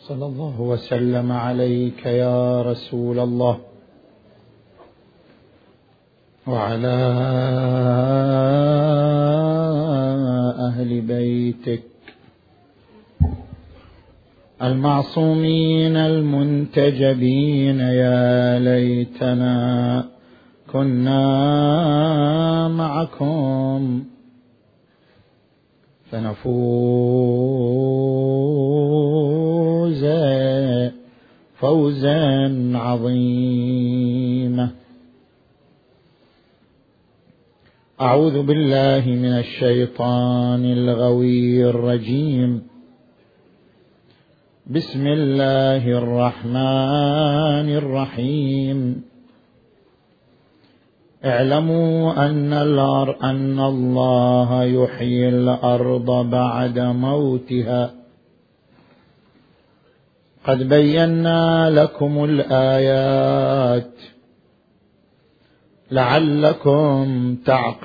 صلى الله وسلم عليك يا رسول الله وعلى أهل بيتك المعصومين المنتجبين. يا ليتنا كنا معكم فنفوز فوزا عظيما. أعوذ بالله من الشيطان الغوي الرجيم. بسم الله الرحمن الرحيم. اعلموا أن الله يحيي الأرض بعد موتها قد بينا لكم الآيات لعلكم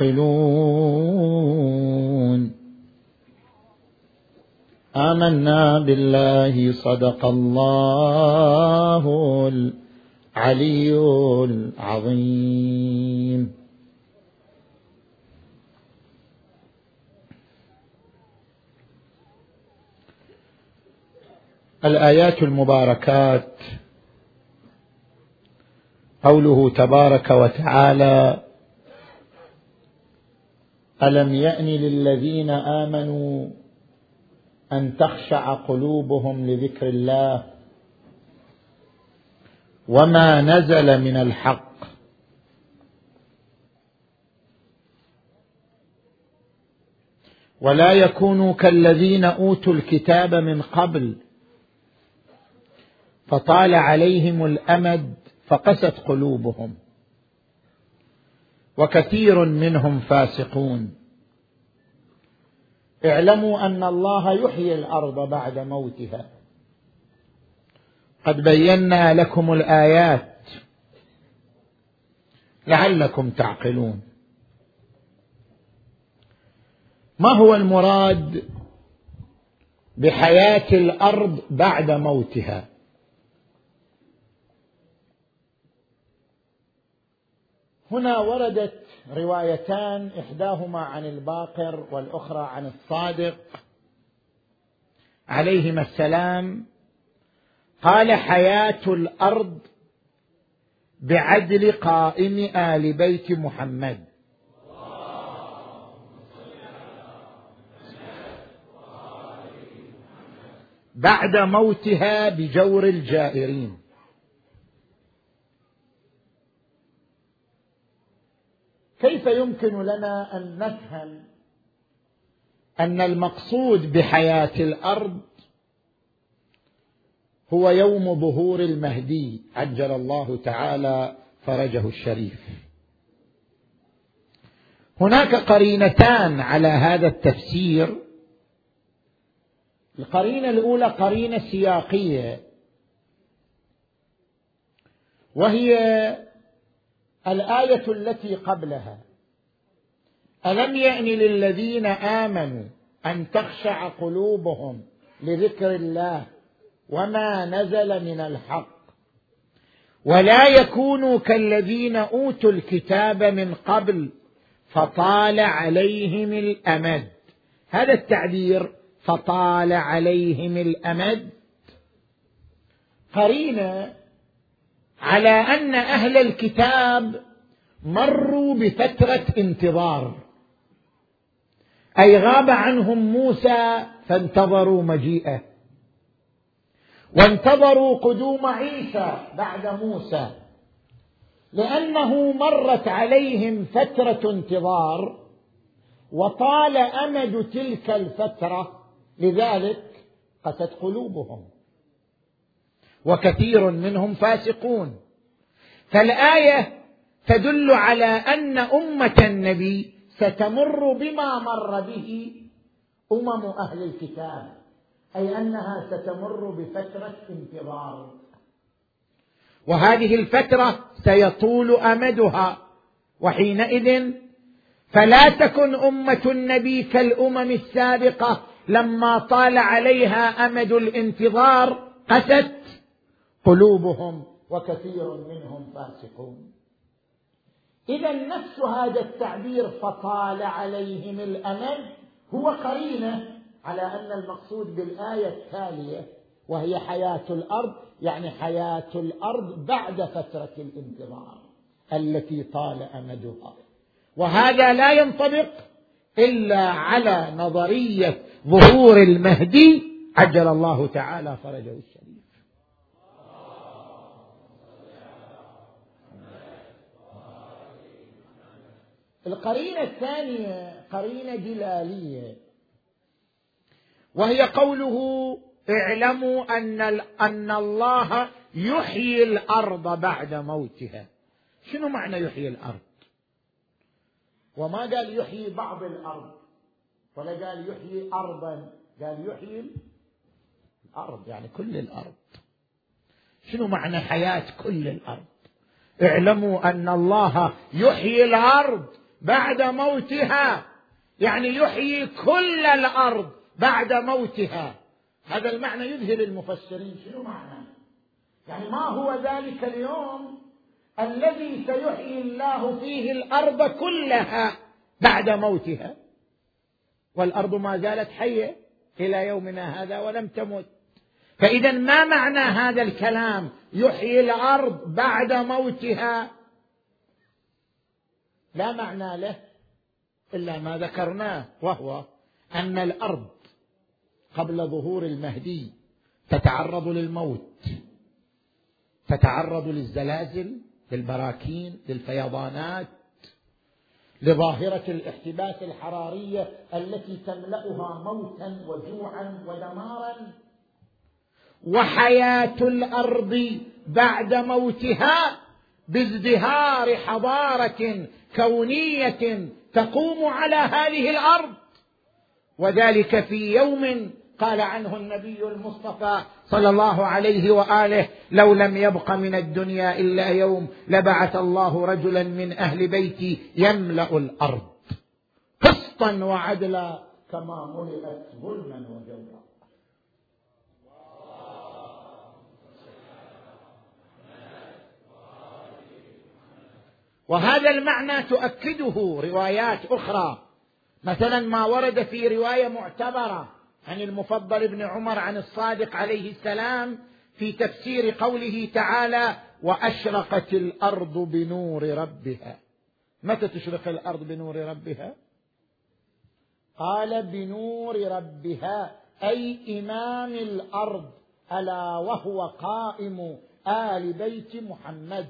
تعقلون. آمنا بالله صدق الله العلي العظيم. الآيات المباركات قوله تبارك وتعالى: ألم يأن للذين آمنوا أن تخشع قلوبهم لذكر الله وما نزل من الحق ولا يكونوا كالذين أوتوا الكتاب من قبل فطال عليهم الأمد فقست قلوبهم وكثير منهم فاسقون. اعلموا أن الله يحيي الأرض بعد موتها قد بينا لكم الآيات لعلكم تعقلون. ما هو المراد بحياة الأرض بعد موتها؟ هنا وردت روايتان، إحداهما عن الباقر والأخرى عن الصادق عليهما السلام. قال: حياة الأرض بعدل قائم آل بيت محمد بعد موتها بجور الجائرين. كيف يمكن لنا أن نفهم أن المقصود بحياة الأرض هو يوم ظهور المهدي عجل الله تعالى فرجه الشريف؟ هناك قرينتان على هذا التفسير. القرينة الأولى قرينة سياقية، وهي الآية التي قبلها: ألم يأن للذين آمنوا أن تخشع قلوبهم لذكر الله وما نزل من الحق ولا يكونوا كالذين أوتوا الكتاب من قبل فطال عليهم الأمد. هذا التعبير فطال عليهم الأمد قرينة على أن أهل الكتاب مروا بفترة انتظار، أي غاب عنهم موسى فانتظروا مجيئه، وانتظروا قدوم عيسى بعد موسى، لأنه مرت عليهم فترة انتظار وطال أمد تلك الفترة، لذلك قست قلوبهم وكثير منهم فاسقون. فالآية تدل على أن أمة النبي ستمر بما مر به أمم أهل الكتاب، أي أنها ستمر بفترة انتظار، وهذه الفترة سيطول أمدها، وحينئذ فلا تكن أمة النبي كالأمم السابقة لما طال عليها أمد الانتظار قست قلوبهم وكثير منهم فاسقون. إذا نفس هذا التعبير فطال عليهم الأمد هو قرينة على أن المقصود بالآية التالية وهي حياة الأرض، يعني حياة الأرض بعد فترة الانتظار التي طال أمدها. وهذا لا ينطبق إلا على نظرية ظهور المهدي عجل الله تعالى فرجه الشريف. القرينة الثانية قرينة دلالية، وهي قوله اعلموا أن الله يحيي الأرض بعد موتها. شنو معنى يحيي الأرض؟ وما قال يحيي بعض الأرض ولا قال يحيي أرضا، قال يحيي الأرض يعني كل الأرض. شنو معنى حياة كل الأرض؟ اعلموا أن الله يحيي الأرض بعد موتها، يعني يحيي كل الأرض بعد موتها. هذا المعنى يذهل المفسرين. شنو معنى؟ يعني ما هو ذلك اليوم الذي سيحيي الله فيه الأرض كلها بعد موتها، والأرض ما زالت حية إلى يومنا هذا ولم تمت. فإذا ما معنى هذا الكلام يحيي الأرض بعد موتها؟ لا معنى له إلا ما ذكرناه، وهو أن الأرض قبل ظهور المهدي تتعرض للموت، تتعرض للزلازل، للبراكين، للفيضانات، لظاهرة الاحتباس الحرارية التي تملأها موتا وجوعا ودمارا. وحياة الأرض بعد موتها بازدهار حضارة كونية تقوم على هذه الأرض، وذلك في يوم قال عنه النبي المصطفى صلى الله عليه وآله: لو لم يبق من الدنيا إلا يوم لبعث الله رجلا من أهل بيتي يملأ الأرض قسطا وعدلا كما ملئت ظلما وجورا. وهذا المعنى تؤكده روايات أخرى، مثلا ما ورد في رواية معتبرة عن المفضل بن عمر عن الصادق عليه السلام في تفسير قوله تعالى: وأشرقت الأرض بنور ربها. متى تشرق الأرض بنور ربها؟ قال: بنور ربها أي إمام الأرض، ألا وهو قائم آل بيت محمد.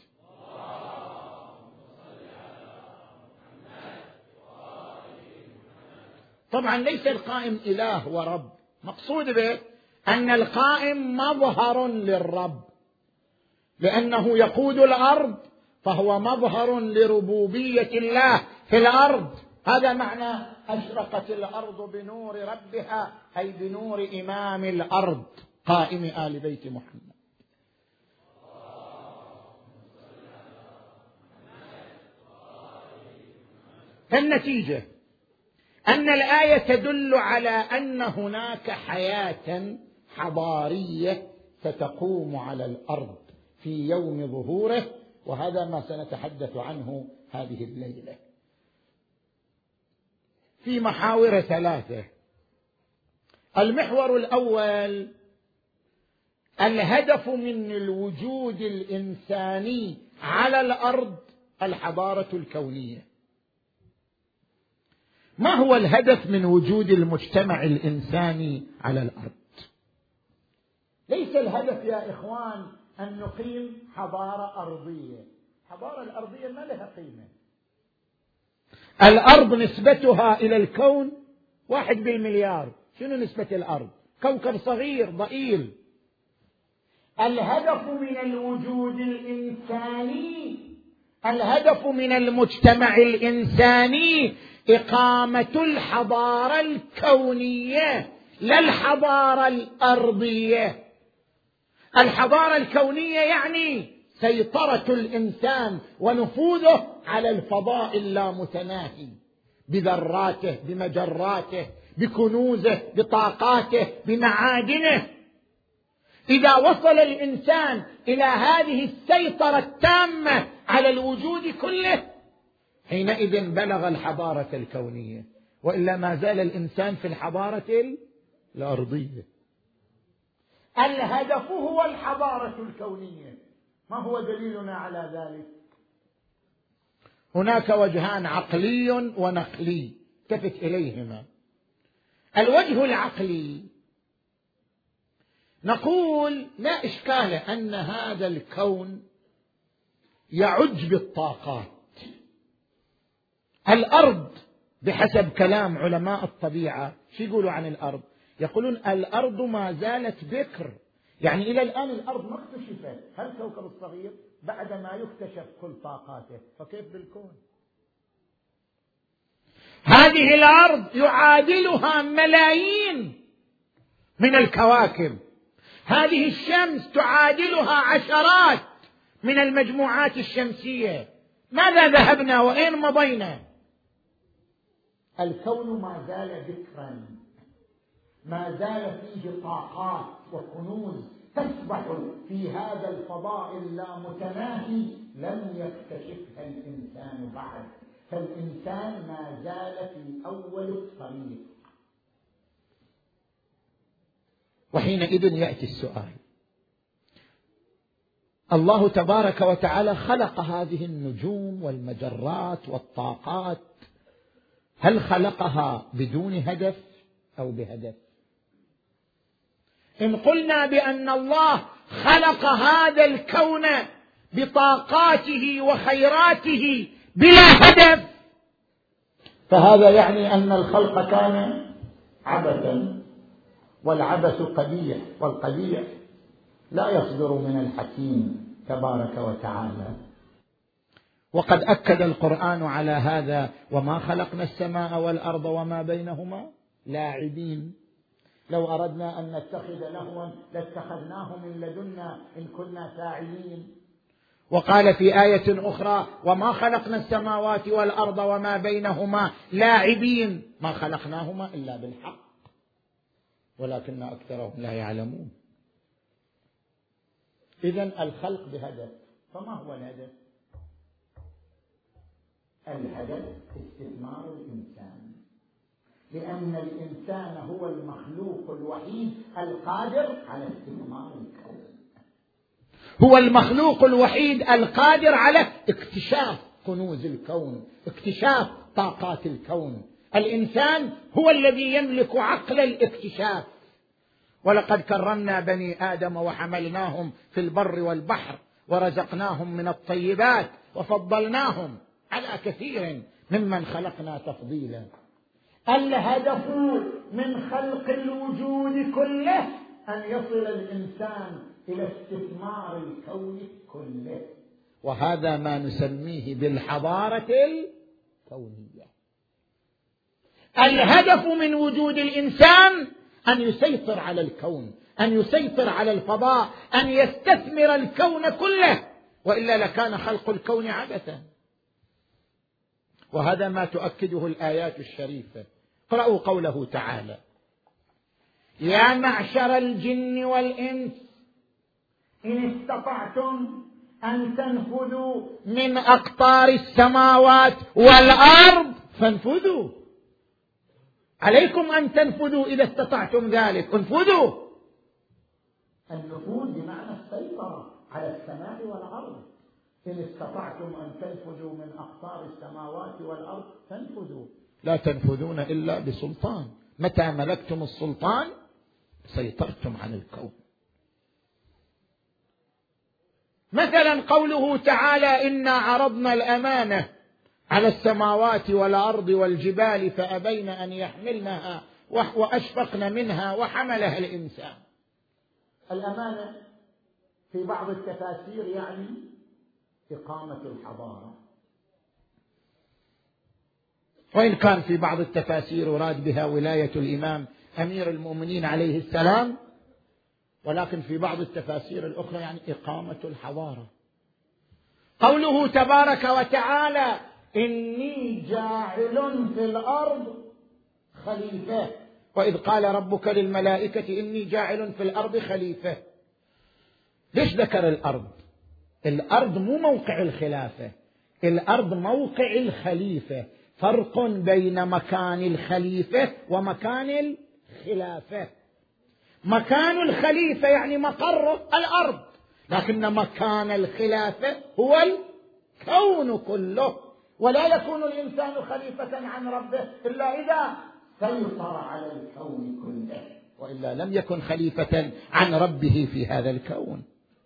طبعا ليس القائم إله ورب، مقصود به أن القائم مظهر للرب، لأنه يقود الأرض فهو مظهر لربوبية الله في الأرض. هذا معنى أشرقت الأرض بنور ربها، أي بنور إمام الأرض قائم آل بيت محمد. فالنتيجة أن الآية تدل على أن هناك حياة حضارية ستقوم على الأرض في يوم ظهوره، وهذا ما سنتحدث عنه هذه الليلة في محاور ثلاثة. المحور الأول: الهدف من الوجود الإنساني على الأرض الحضارة الكونية. ما هو الهدف من وجود المجتمع الإنساني على الأرض؟ ليس الهدف يا إخوان أن نقيم حضارة أرضية. الحضارة الأرضية ما لها قيمة. الأرض نسبتها إلى الكون 1/1,000,000. شنو نسبة الأرض؟ كوكب صغير ضئيل. الهدف من الوجود الإنساني، الهدف من المجتمع الإنساني إقامة الحضارة الكونية لا الحضارة الأرضية. الحضارة الكونية يعني سيطرة الإنسان ونفوذه على الفضاء اللامتناهي بذراته، بمجراته، بكنوزه، بطاقاته، بمعادنه. إذا وصل الإنسان إلى هذه السيطرة التامة على الوجود كله حينئذ بلغ الحضارة الكونية، وإلا ما زال الإنسان في الحضارة الأرضية. الهدف هو الحضارة الكونية. ما هو دليلنا على ذلك؟ هناك وجهان، عقلي ونقلي، التفت إليهما. الوجه العقلي نقول لا إشكال أن هذا الكون يعج بالطاقات. الأرض بحسب كلام علماء الطبيعة شو يقولوا عن الأرض؟ يقولون الأرض ما زالت بكر، يعني إلى الآن الأرض ما اكتشفت. هالكوكب الصغير بعد ما يكتشف كل طاقاته، فكيف بالكون؟ هذه الأرض يعادلها ملايين من الكواكب، هذه الشمس تعادلها عشرات من المجموعات الشمسية. ماذا ذهبنا وأين مضينا؟ الكون ما زال بكرا، ما زال فيه طاقات وكنوز تسبح في هذا الفضاء اللامتناهي لم يكتشفها الإنسان بعد، فالإنسان ما زال في أول الطريق. وحينئذ يأتي السؤال: الله تبارك وتعالى خلق هذه النجوم والمجرات والطاقات، هل خلقها بدون هدف أو بهدف؟ إن قلنا بأن الله خلق هذا الكون بطاقاته وخيراته بلا هدف، فهذا يعني أن الخلق كان عبثا، والعبث قبيح، والقبيح لا يصدر من الحكيم تبارك وتعالى. وقد أكد القرآن على هذا: وما خلقنا السماء والأرض وما بينهما لاعبين. لو أردنا أن نتخذ لهوا لاتخذناه من لدنا إن كنا فاعلين. وقال في آية أخرى: وما خلقنا السماوات والأرض وما بينهما لاعبين، ما خلقناهما إلا بالحق ولكن أكثرهم لا يعلمون. إذن الخلق بهدف، فما هو الهدف؟ الهدف استثمار الإنسان، لأن الإنسان هو المخلوق الوحيد القادر على استثمار الكون، هو المخلوق الوحيد القادر على اكتشاف كنوز الكون، اكتشاف طاقات الكون. الإنسان هو الذي يملك عقل الاكتشاف. ولقد كرمنا بني آدم وحملناهم في البر والبحر ورزقناهم من الطيبات وفضلناهم على كثير ممن خلقنا تفضيلا. الهدف من خلق الوجود كله أن يصل الإنسان إلى استثمار الكون كله، وهذا ما نسميه بالحضارة الكونية. الهدف من وجود الإنسان أن يسيطر على الكون، أن يسيطر على الفضاء، أن يستثمر الكون كله، وإلا لكان خلق الكون عبثا. وهذا ما تؤكده الآيات الشريفة. اقرأوا قوله تعالى: يا معشر الجن والإنس إن استطعتم أن تنفذوا من أقطار السماوات والأرض فانفذوا. عليكم أن تنفذوا إذا استطعتم ذلك، انفذوا. النفوذ بمعنى السيطرة على السماء والأرض. إن استطعتم أن تنفذوا من أقطار السماوات والأرض فانفذوا، لا تنفذون إلا بسلطان. متى ملكتم السلطان سيطرتم عن الكون. مثلا قوله تعالى: إنا عرضنا الأمانة على السماوات والأرض والجبال فأبين أن يحملنها وأشفقن منها وحملها الإنسان. الأمانة في بعض التفاسير يعني إقامة الحضارة، وإن كان في بعض التفاسير يراد بها ولاية الإمام أمير المؤمنين عليه السلام، ولكن في بعض التفاسير الأخرى يعني إقامة الحضارة. قوله تبارك وتعالى: إني جاعل في الأرض خليفة، وإذ قال ربك للملائكة إني جاعل في الأرض خليفة. ليش ذكر الأرض؟ الأرض مو موقع الخلافة، الأرض موقع الخليفة. فرق بين مكان الخليفة ومكان الخلافة. مكان الخليفة يعني مقره الأرض، لكن مكان الخلافة هو الكون كله. ولا يكون الإنسان خليفة عن ربه إلا إذا سيطر على الكون كله، وإلا لم يكن خليفة عن ربه في هذا الكون.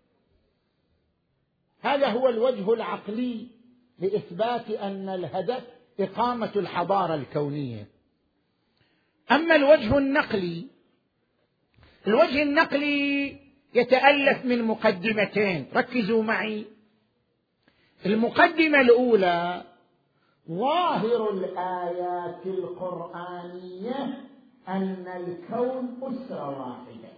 هذا هو الوجه العقلي لإثبات أن الهدف إقامة الحضارة الكونية. أما الوجه النقلي، الوجه النقلي يتألف من مقدمتين، ركزوا معي. المقدمة الأولى: ظاهر الآيات القرآنية أن الكون أسرة واحدة،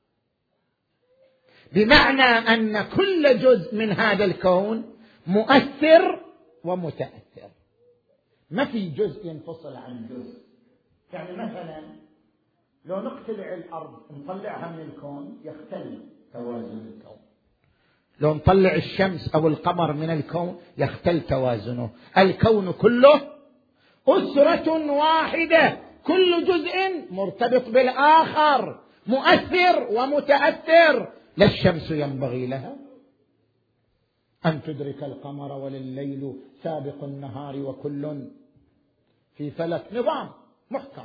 بمعنى أن كل جزء من هذا الكون مؤثر ومتأثر، ما في جزء ينفصل عن جزء. يعني مثلا لو نقتلع الأرض نطلعها من الكون يختل توازن الكون، لو نطلع الشمس أو القمر من الكون يختل توازنه. الكون كله أسرة واحدة، كل جزء مرتبط بالآخر، مؤثر ومتأثر. لا الشمس ينبغي لها أن تدرك القمر ولا الليل سابق النهار وكل في فلك، نظام محكم.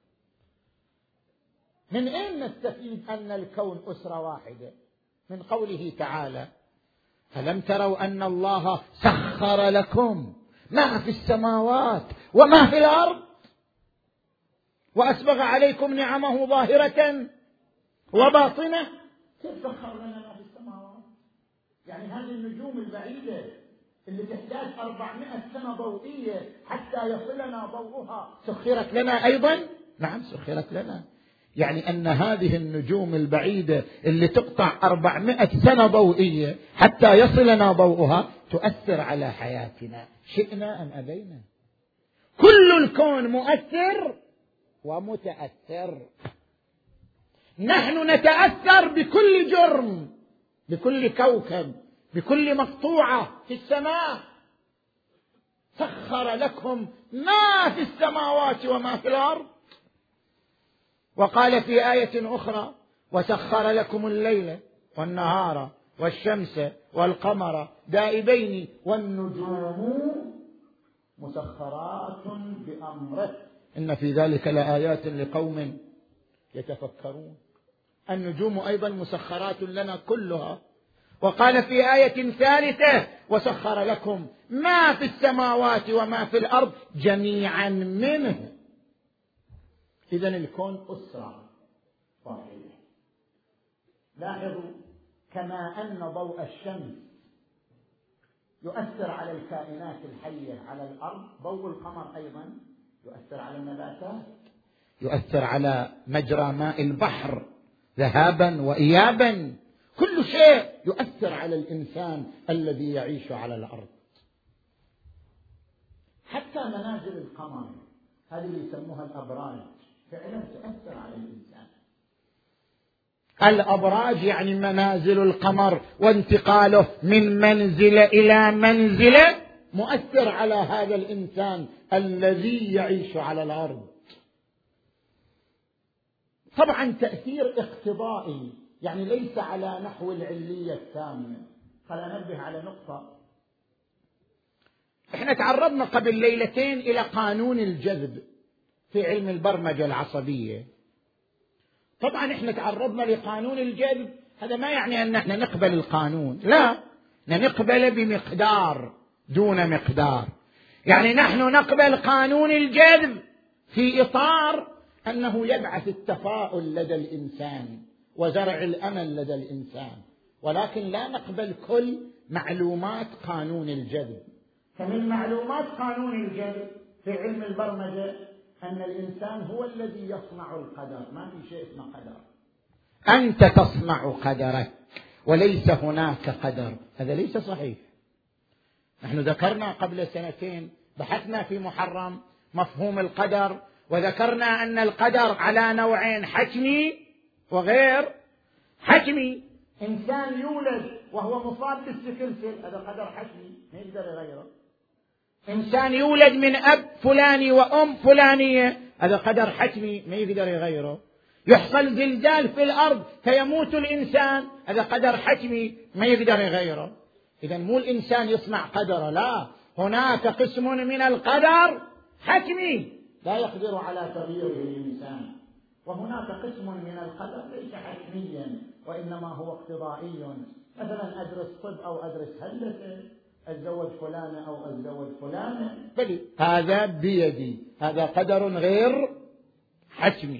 من أين نستفيد أن الكون أسرة واحدة؟ من قوله تعالى: ألم تروا أن الله سخر لكم ما في السماوات وما في الأرض وأسبغ عليكم نعمه ظاهرة وباطنة. كيف سخر لنا ما في السماوات؟ يعني هذه النجوم البعيدة اللي تحتاج 400 سنة ضوئية حتى يصلنا ضوءها سخرت لنا أيضا؟ نعم سخرت لنا. يعني أن هذه النجوم البعيدة اللي تقطع 400 سنة ضوئية حتى يصلنا ضوءها تؤثر على حياتنا شئنا أم أبينا. كل الكون مؤثر ومتأثر. نحن نتأثر بكل جرم، بكل كوكب، بكل مقطوعة في السماء. سخر لكم ما في السماوات وما في الأرض. وقال في آية أخرى: وسخر لكم الليل والنهار والشمس والقمر دائبين والنجوم مسخرات بأمره إن في ذلك لآيات لقوم يتفكرون. النجوم أيضا مسخرات لنا كلها. وقال في آية ثالثة: وسخر لكم ما في السماوات وما في الأرض جميعا منه. إذن الكون أسرة واحدة. لاحظوا كما أن ضوء الشمس يؤثر على الكائنات الحية على الأرض، ضوء القمر أيضا يؤثر على النباتات، يؤثر على مجرى ماء البحر ذهابا وإيابا. كل شيء يؤثر على الإنسان الذي يعيش على الأرض. حتى منازل القمر هذه اللي يسموها الأبراج فعلا تؤثر على الإنسان. الأبراج يعني منازل القمر وانتقاله من منزل إلى منزل مؤثر على هذا الإنسان الذي يعيش على الأرض. طبعا تأثير اقتضائي، يعني ليس على نحو العلية الثانية. خلينا ننبه على نقطة. احنا تعرضنا قبل ليلتين إلى قانون الجذب في علم البرمجة العصبية. طبعا احنا تعرضنا لقانون الجذب، هذا ما يعني أن احنا نقبل القانون، لا، نقبل بمقدار دون مقدار. يعني نحن نقبل قانون الجذب في إطار أنه يبعث التفاؤل لدى الإنسان وزرع الأمل لدى الإنسان، ولكن لا نقبل كل معلومات قانون الجذب. فمن معلومات قانون الجذب في علم البرمجة أن الإنسان هو الذي يصنع القدر، ما في شيء اسمه قدر. أنت تصنع قدرك وليس هناك قدر، هذا ليس صحيح. نحن ذكرنا قبل سنتين، بحثنا في محرم مفهوم القدر، وذكرنا أن القدر على نوعين: حتمي وغير حتمي. إنسان يولد وهو مصاب بالسكرسل، هذا قدر حتمي ما يقدر يغيره. إنسان يولد من أب فلاني وأم فلانية، هذا قدر حتمي ما يقدر يغيره. يحصل زلزال في الأرض فيموت الإنسان، هذا قدر حتمي ما يقدر يغيره. إذن مو الإنسان يصنع قدره، لا، هناك قسم من القدر حتمي لا يقدر على تغييره الإنسان، وهناك قسم من القدر ليس حتميا وإنما هو اقتضائي. مثلا أدرس طب أو أدرس هندسة، أتزوج فلانة أو أتزوج فلانة، بل هذا بيدي، هذا قدر غير حتمي.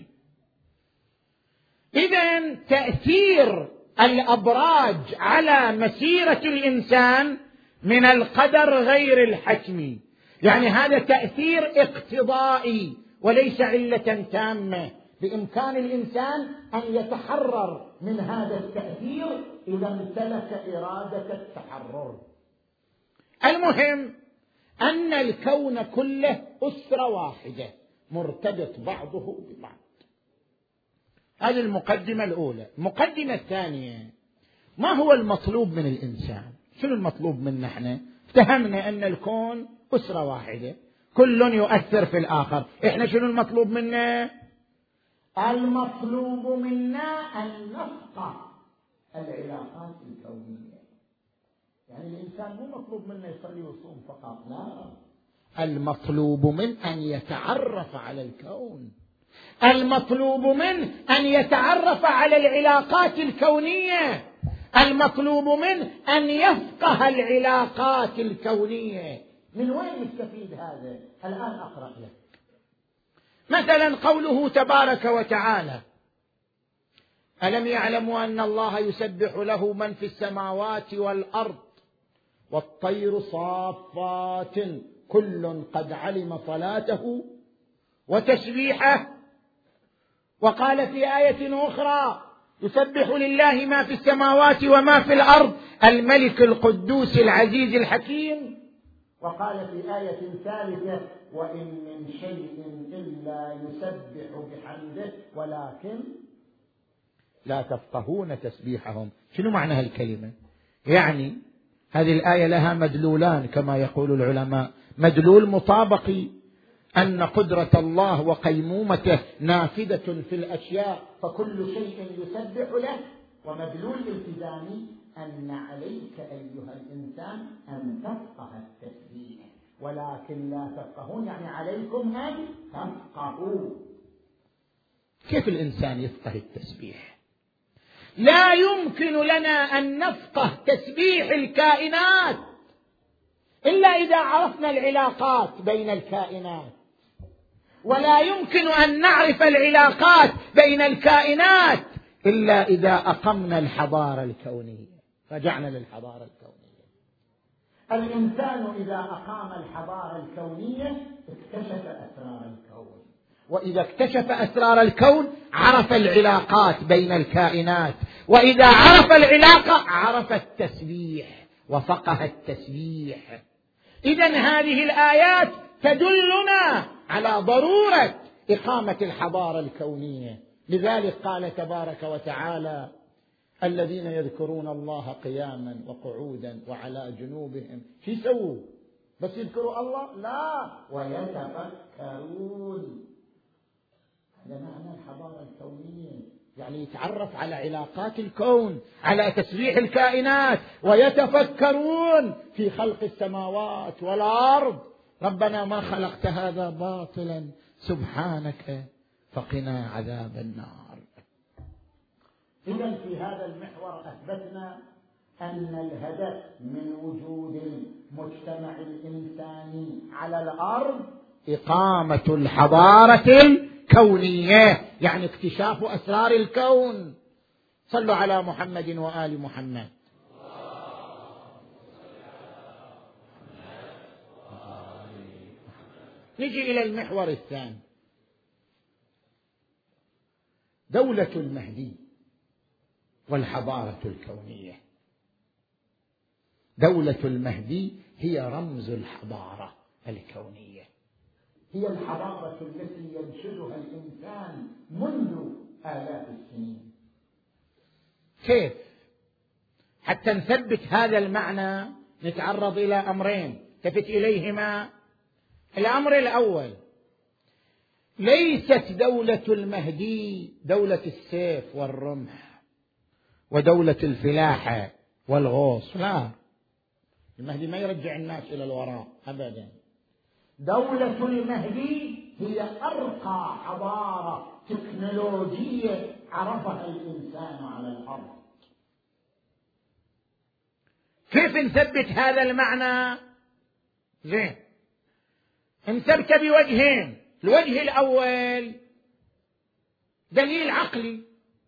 إذن تأثير الأبراج على مسيرة الإنسان من القدر غير الحتمي، يعني هذا تأثير اقتضائي وليس علة تامة. بإمكان الإنسان أن يتحرر من هذا التأثير إذا امتلك إرادة التحرر. المهم أن الكون كله أسرة واحدة مرتبط بعضه ببعض. هذه المقدمة الأولى. المقدمة الثانية، ما هو المطلوب من الإنسان؟ شنو المطلوب منا احنا؟ افتهمنا أن الكون أسرة واحدة كل يؤثر في الآخر. احنا شنو المطلوب منا؟ المطلوب منا أن نفقه العلاقات الكونية. يعني الإنسان مو مطلوب منه يصلي ويصوم فقط، لا، المطلوب من أن يتعرف على الكون، المطلوب منه أن يتعرف على العلاقات الكونية، المطلوب منه أن يفقه العلاقات الكونية. من وين نستفيد هذا؟ الآن أقرأ لك. مثلا قوله تبارك وتعالى: ألم يعلموا أن الله يسبح له من في السماوات والأرض والطير صافات كل قد علم صلاته وتسبيحه. وقال في آية أخرى: يسبح لله ما في السماوات وما في الأرض الملك القدوس العزيز الحكيم. وقال في آية ثالثة: وإن من شيء إلا يسبح بحمده ولكن لا تفقهون تسبيحهم. شنو معنى هالكلمة؟ يعني هذه الآية لها مدلولان كما يقول العلماء: مدلول مطابقي أن قدرة الله وقيمومته نافذة في الأشياء فكل شيء يسبح له، ومدلول التزامي أن عليك أيها الإنسان أن تفقه التسبيح ولكن لا تفقهون، يعني عليكم أن تفقهوا. كيف الإنسان يفقه التسبيح؟ لا يمكن لنا أن نفقه تسبيح الكائنات إلا إذا عرفنا العلاقات بين الكائنات، ولا يمكن أن نعرف العلاقات بين الكائنات إلا إذا أقمنا الحضارة الكونية. رجعنا للحضارة الكونية. الإنسان إذا أقام الحضارة الكونية اكتشف أسرار الكون، وإذا اكتشف أسرار الكون عرف العلاقات بين الكائنات، وإذا عرف العلاقة عرف التسبيح وفقه التسبيح. إذن هذه الآيات تدلنا على ضرورة إقامة الحضارة الكونية. لذلك قال تبارك وتعالى: الذين يذكرون الله قياما وقعودا وعلى جنوبهم. شو يسووا؟ بس يذكروا الله؟ لا، ويتفكرون. هذا معنى الحضارة الكونية، يعني يتعرف على علاقات الكون، على تسبيح الكائنات، ويتفكرون في خلق السماوات والأرض. ربنا ما خلقت هذا باطلا سبحانك فقنا عذاب النار. إذن في هذا المحور أثبتنا أن الهدف من وجود المجتمع الإنساني على الأرض إقامة الحضارة الكونية، يعني اكتشاف أسرار الكون. صلوا على محمد وآل محمد. نجي إلى المحور الثاني: دولة المهدي والحضارة الكونية. دولة المهدي هي رمز الحضارة الكونية، هي الحضارة التي ينشدها الإنسان منذ آلاف السنين. كيف؟ حتى نثبت هذا المعنى نتعرض إلى أمرين التفت إليهما. الأمر الأول: ليست دولة المهدي دولة السيف والرمح ودولة الفلاحة والغوص، لا، المهدي ما يرجع الناس إلى الوراء أبدا. دولة المهدي هي أرقى حضارة تكنولوجية عرفها الإنسان على الأرض. كيف نثبت هذا المعنى؟ زين، نثبت بوجهين. الوجه الأول دليل عقلي،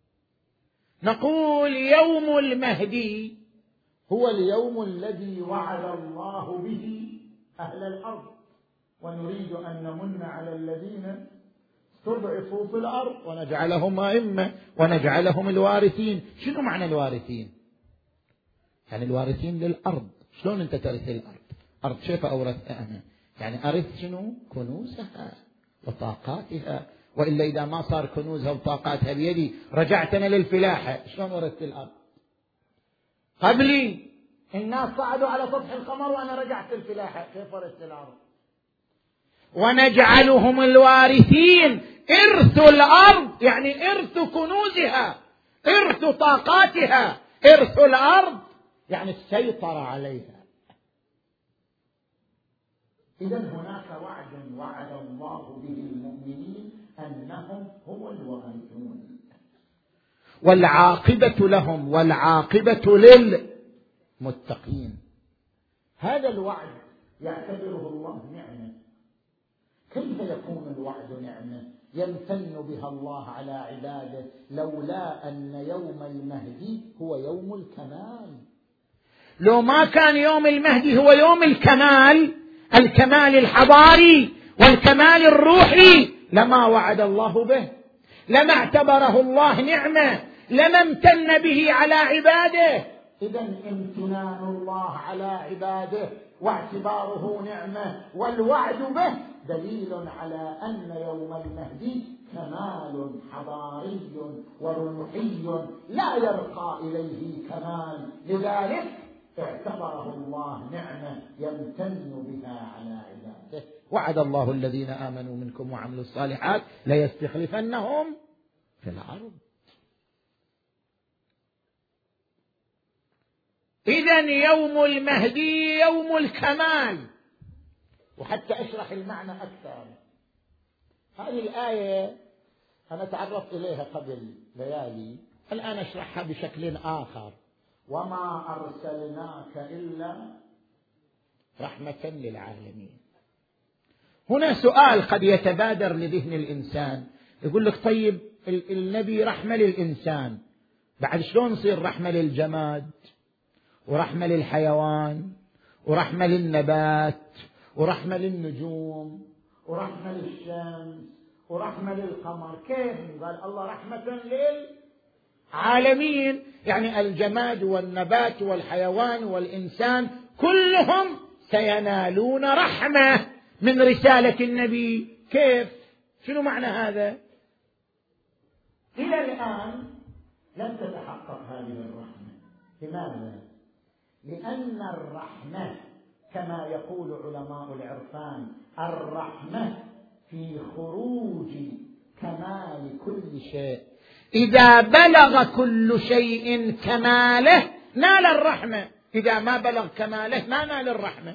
نقول يوم المهدي هو اليوم الذي وعد الله به أهل الأرض، ونريد أن نمن على الذين استضعفوا في الأرض ونجعلهم أئمة ونجعلهم الوارثين. شنو معنى الوارثين؟ يعني الوارثين للأرض. شلون أنت ترث الأرض؟ أرض كيف أورثها أنا؟ يعني أرث شنو؟ كنوزها وطاقاتها، وإلا إذا ما صار كنوزها وطاقاتها بيدي رجعت أنا للفلاحة، شلون ورثت الأرض؟ قبلي الناس صعدوا على سطح القمر وأنا رجعت للفلاحة، كيف ورثت الأرض؟ ونجعلهم الوارثين. إرث الأرض يعني إرث كنوزها، إرث طاقاتها. إرث الأرض يعني السيطرة عليها. إذن هناك وعد الله به المؤمنين أنهم هم الوارثون، والعاقبة لهم والعاقبة للمتقين. هذا الوعد يعتبره الله نعمة. كيف يكون الوعد نعمة يمتن بها الله على عباده لولا أن يوم المهدي هو يوم الكمال؟ لو ما كان يوم المهدي هو يوم الكمال، الكمال الحضاري والكمال الروحي، لما وعد الله به، لما اعتبره الله نعمة، لما امتن به على عباده. إذن امتنان الله على عباده واعتباره نعمة والوعد به دليل على أن يوم المهدي كمال حضاري وروحي لا يرقى إليه كمال، لذلك اعتبره الله نعمة يمتن بها على عباده. وعد الله الذين آمنوا منكم وعملوا الصالحات ليستخلفنهم في الأرض. إذن يوم المهدي يوم الكمال. وحتى أشرح المعنى أكثر، هذه الآية أنا تعرضت إليها قبل ليالي، الآن أشرحها بشكل آخر. وما أرسلناك إلا رحمة للعالمين. هنا سؤال قد يتبادر لذهن الإنسان، يقول لك طيب النبي رحمة للإنسان، بعد شلون نصير رحمة للجماد ورحمة للحيوان ورحمة للنبات ورحمة للنجوم ورحمة للشمس ورحمة للقمر؟ كيف؟ قال الله رحمة للعالمين، يعني الجماد والنبات والحيوان والإنسان كلهم سينالون رحمة من رسالة النبي. كيف؟ شنو معنى هذا؟ إلى الآن لم تتحقق هذه الرحمة. لماذا؟ لأن الرحمة كما يقول علماء العرفان، الرحمة في خروج كمال كل شيء. إذا بلغ كل شيء كماله نال الرحمة، إذا ما بلغ كماله ما نال الرحمة.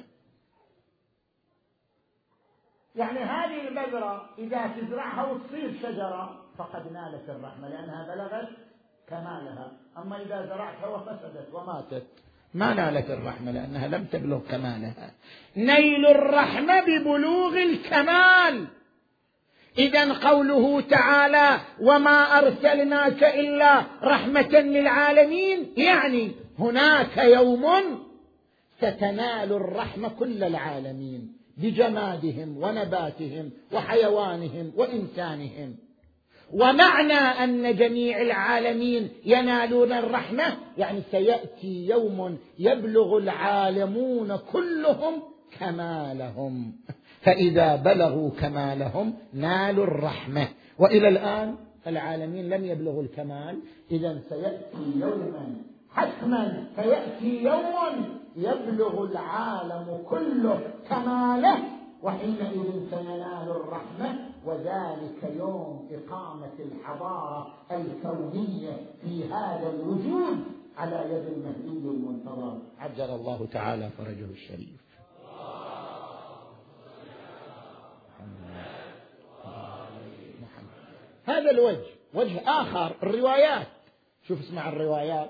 يعني هذه البذرة إذا تزرعها وتصير شجرة فقد نالت الرحمة لأنها بلغت كمالها، أما إذا زرعتها وفسدت وماتت ما نالت الرحمة لأنها لم تبلغ كمالها. نيل الرحمة ببلوغ الكمال. إذن قوله تعالى وما أرسلناك إلا رحمة للعالمين، يعني هناك يوم ستنال الرحمة كل العالمين بجمادهم ونباتهم وحيوانهم وإنسانهم. ومعنى أن جميع العالمين ينالون الرحمة يعني سيأتي يوم يبلغ العالمون كلهم كمالهم، فإذا بلغوا كمالهم نالوا الرحمة. وإلى الآن العالمين لم يبلغوا الكمال، إذن سيأتي يوما حتما سيأتي يوم يبلغ العالم كله كماله، وحينئذ سينال الرحمة، وذلك يوم إقامة الحضارة الكونية في هذا الوجود على يد المهدي المنتظر عجل الله تعالى فرجه الشريف. هذا الوجه. وجه آخر الروايات. شوف اسمع الروايات،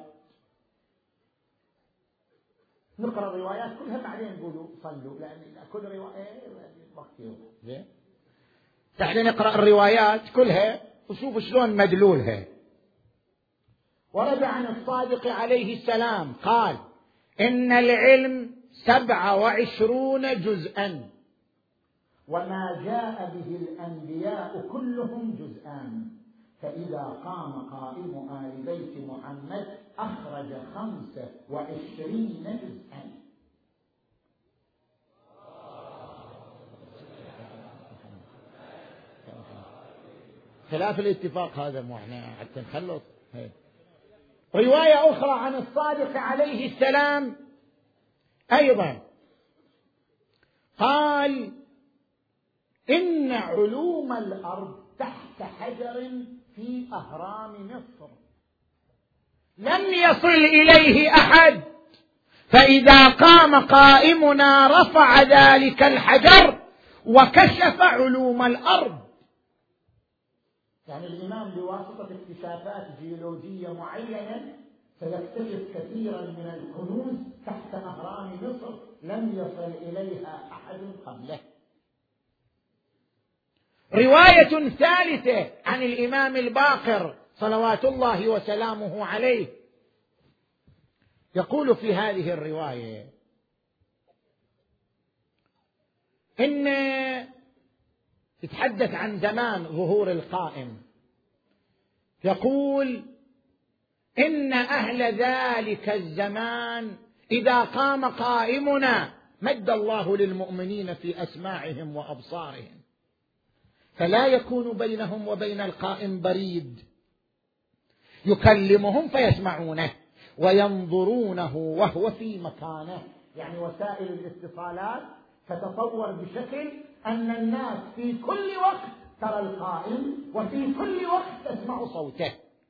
نقرأ الروايات كلها بعدين نقولوا صلوا، لأن كل رواية وقت يوم. بعدين نقرأ الروايات كلها وشوف شلون مدلولها. ورد عن الصادق عليه السلام قال: إن العلم 27 جزءا، وما جاء به الأنبياء كلهم جزءان، فإذا قام قائم آل بيت محمد أخرج 25 جزءا. خلاف الاتفاق هذا، مو احنا حتى نخلص. رواية أخرى عن الصادق عليه السلام أيضا قال: إن علوم الأرض تحت حجر في أهرام مصر لم يصل إليه أحد، فإذا قام قائمنا رفع ذلك الحجر وكشف علوم الأرض. يعني الإمام بواسطة اكتشافات جيولوجية معينة سيكتشف كثيرا من الكنوز تحت أهرام مصر لم يصل إليها أحد قبله. رواية ثالثة عن الإمام الباقر صلوات الله وسلامه عليه، يقول في هذه الرواية إن يتحدث عن زمان ظهور القائم، يقول: إن أهل ذلك الزمان إذا قام قائمنا مد الله للمؤمنين في أسماعهم وأبصارهم، فلا يكون بينهم وبين القائم بريد، يكلمهم فيسمعونه وينظرونه وهو في مكانه. يعني وسائل الاتصالات تتطور بشكل أن الناس في كل وقت ترى القائم وفي كل وقت تسمع صوته.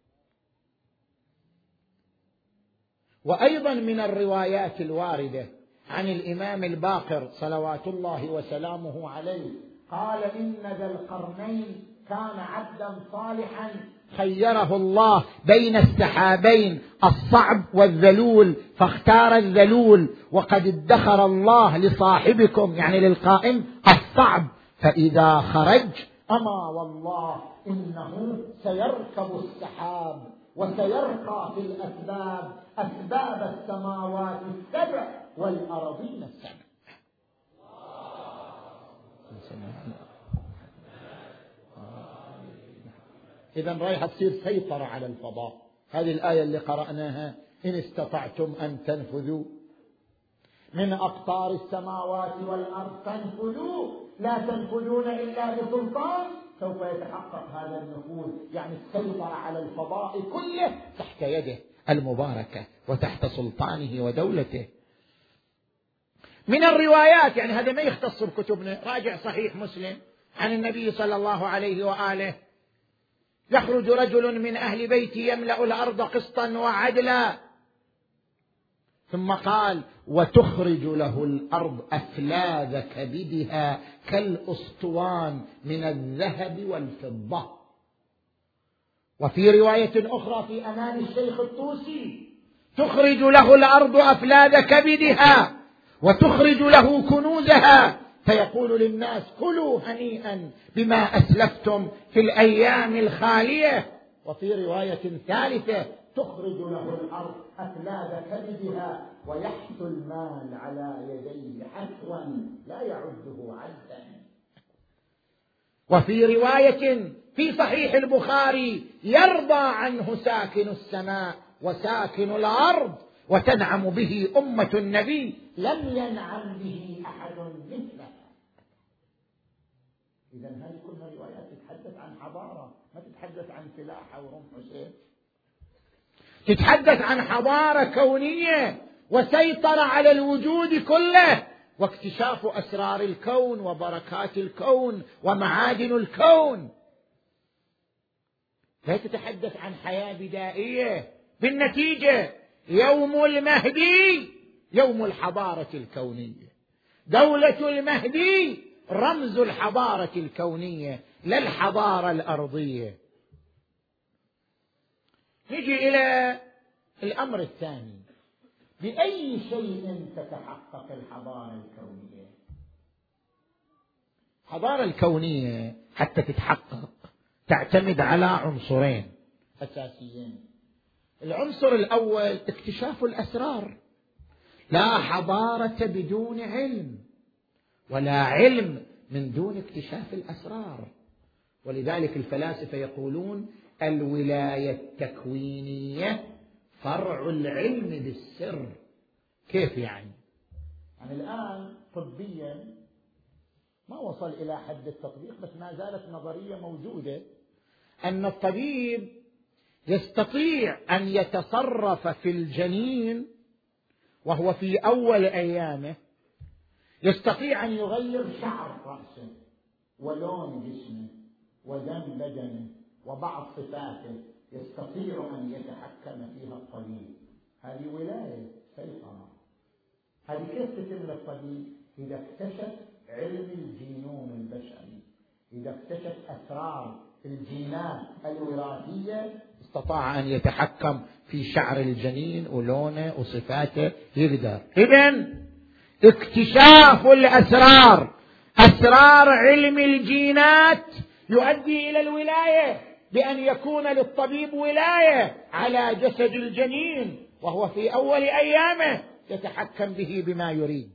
وأيضا من الروايات الواردة عن الإمام الباقر صلوات الله وسلامه عليه قال: إن ذا القرنين كان عبدا صالحا خيره الله بين السحابين الصعب والذلول فاختار الذلول، وقد ادخر الله لصاحبكم يعني للقائم الصعب، فإذا خرج أما والله إنه سيركب السحاب وسيرقى في الأسباب، أسباب السماوات السبع والأرضين السبع. إذن رايحة تصير سيطرة على الفضاء. هذه الآية اللي قرأناها: إن استطعتم أن تنفذوا من أقطار السماوات والأرض فانفذوا لا تنفذون إلا بسلطان، سوف يتحقق هذا النفوذ، يعني السيطرة على الفضاء كله تحت يده المباركة وتحت سلطانه ودولته. من الروايات، يعني هذا ما يختص بكتبنا، راجع صحيح مسلم عن النبي صلى الله عليه وآله: يخرج رجل من أهل بيتي يملأ الأرض قسطا وعدلا، ثم قال: وتخرج له الأرض أفلاذ كبدها كالأسطوان من الذهب والفضة. وفي رواية أخرى في أمان الشيخ الطوسي: تخرج له الأرض أفلاذ كبدها وتخرج له كنوزها، فيقول للناس: كلوا هنيئا بما أسلفتم في الأيام الخالية. وفي رواية ثالثة: تخرج له الأرض أفلاذ كبدها ويحثو المال على يديه حثوا لا يعده عدا. وفي رواية في صحيح البخاري: يرضى عنه ساكن السماء وساكن الأرض وتنعم به أمة النبي لم ينعم به أحد مثله. إذن هذه كلها روايات تتحدث عن حضارة، ما تتحدث عن سلاح أو رمح وسيف. تتحدث عن حضارة كونية وسيطرة على الوجود كله واكتشاف أسرار الكون وبركات الكون ومعادن الكون. لا تتحدث عن حياة بدائية. بالنتيجة يوم المهدي يوم الحضارة الكونية، دولة المهدي رمز الحضارة الكونية لا الحضارة الأرضية. نجي إلى الأمر الثاني، بأي شيء تتحقق الحضارة الكونية؟ الحضارة الكونية حتى تتحقق تعتمد على عنصرين أساسيين. العنصر الأول اكتشاف الأسرار. لا حضارة بدون علم، ولا علم من دون اكتشاف الأسرار. ولذلك الفلاسفة يقولون الولاية التكوينية فرع العلم بالسر. كيف يعني الآن طبيا ما وصل إلى حد التطبيق، بس ما زالت نظرية موجودة أن الطبيب يستطيع أن يتصرف في الجنين وهو في أول أيامه، يستطيع أن يغير شعر رأسه ولون جسمه ودم بدنه وبعض صفاته، يستطيع أن يتحكم فيها الطبيب. هذه ولاية سيطرة. هذه كيف تتم للطبيب؟ إذا اكتشف علم الجينوم البشري، إذا اكتشف أسرار الجينات الوراثية، استطاع أن يتحكم في شعر الجنين ولونه وصفاته. يقدر. إذن اكتشاف الأسرار، أسرار علم الجينات، يؤدي إلى الولاية، بأن يكون للطبيب ولاية على جسد الجنين وهو في أول أيامه، يتحكم به بما يريد.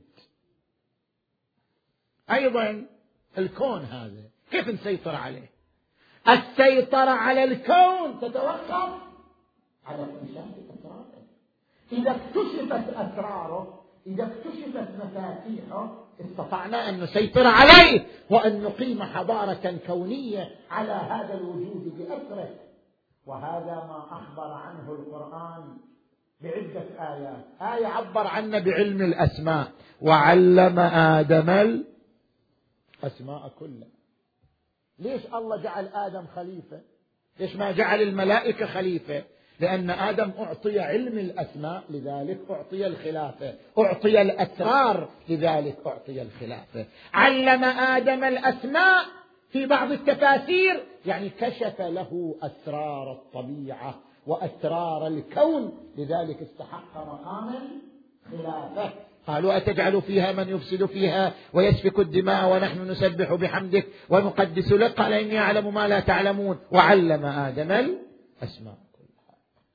أيضا الكون هذا كيف نسيطر عليه؟ السيطرة على الكون تتوقف على اكتشاف أسراره. إذا اكتشفت أسراره، إذا اكتشفت مفاتيحه، استطعنا أن نسيطر عليه وأن نقيم حضارة كونية على هذا الوجود بأسره. وهذا ما أخبر عنه القرآن بعدة آيات. آية عبر عنا بعلم الأسماء، وعلم آدم الأسماء كلها. ليش الله جعل آدم خليفة؟ ليش ما جعل الملائكة خليفة؟ لأن آدم أعطي علم الأسماء، لذلك أعطي الخلافة، أعطي الأسرار، لذلك أعطي الخلافة. علم آدم الأسماء في بعض التفاسير يعني كشف له أسرار الطبيعة وأسرار الكون، لذلك استحق مقام الخلافة. قالوا أتجعل فيها من يفسد فيها ويسفك الدماء ونحن نسبح بحمدك ونقدس لك، قال إني أعلم ما لا تعلمون. وعلم آدم الأسماء كلها.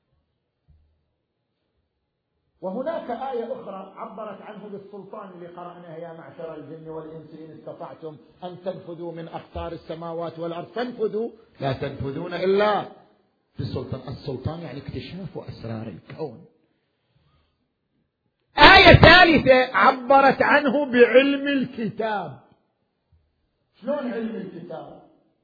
وهناك آية أخرى عبرت عنه بالسلطان اللي قرأناها: يا معشر الجن والإنس إن استطعتم أن تنفذوا من أقطار السماوات والأرض فانفذوا لا تنفذون إلا بالسلطان. السلطان يعني اكتشاف أسرار الكون. آية ثالثة عبرت عنه بعلم الكتاب. شلون علم الكتاب؟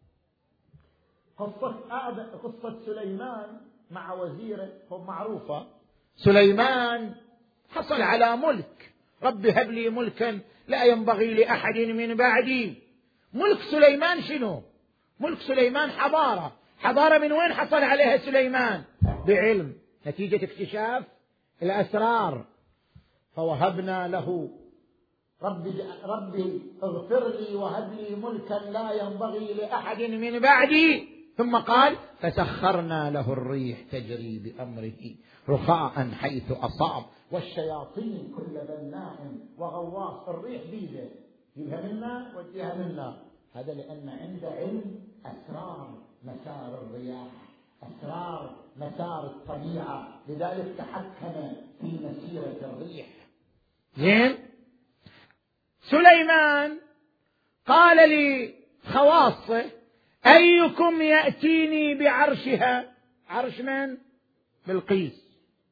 قصة سليمان مع وزيره هم معروفة. سليمان حصل على ملك، رب هب لي ملكا لا ينبغي لأحد من بعدي. ملك سليمان شنو؟ ملك سليمان حضارة. حضارة من وين حصل عليها سليمان؟ بعلم، نتيجة اكتشاف الأسرار. فوهبنا له ربي اغفر لي وهب لي ملكا لا ينبغي لأحد من بعدي. ثم قال فسخرنا له الريح تجري بأمره رخاء حيث أصاب والشياطين كل بناء وغواص. الريح بيده، جيبها منا وديها منا. هذا لأن عنده علم أسرار مسار الرياح، أسرار مسار الطبيعة، لذلك تحكم في مسيرة الريح. زين. سليمان قال لخواصه: أيكم يأتيني بعرشها؟ عرش من؟ بلقيس.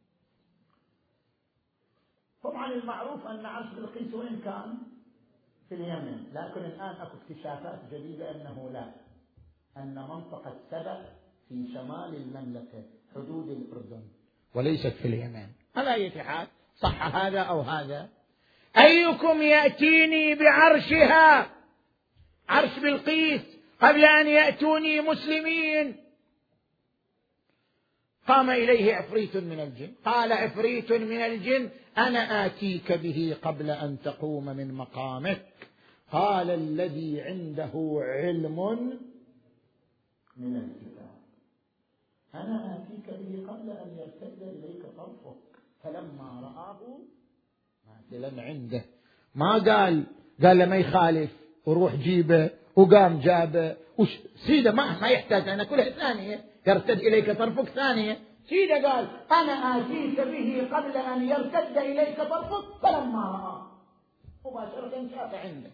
طبعا المعروف أن عرش بلقيس وين كان؟ في اليمن. لكن الآن أكو اكتشافات جديدة أنه لا، أن منطقة سبأ في شمال المملكة حدود الأردن، وليست في اليمن. على أي حال صح هذا أو هذا. أيكم يأتيني بعرشها، عرش بلقيس، قبل أن يأتوني مسلمين؟ قام إليه عفريت من الجن، قال عفريت من الجن أنا آتيك به قبل أن تقوم من مقامك. قال الذي عنده علم من الكتاب أنا آتيك به قبل أن يرتد إليك طرفك. فلما رآه ماثلا عنده، ما قال له ما يخالف وروح جيبه، وقام جابه سيدة، ما يحتاج أنا كلها ثانية يرتد إليك طرفك ثانية. سيدة قال أنا آتيك به قبل أن يرتد إليك طرفك. فلما رآه مباشرة شاف عنده.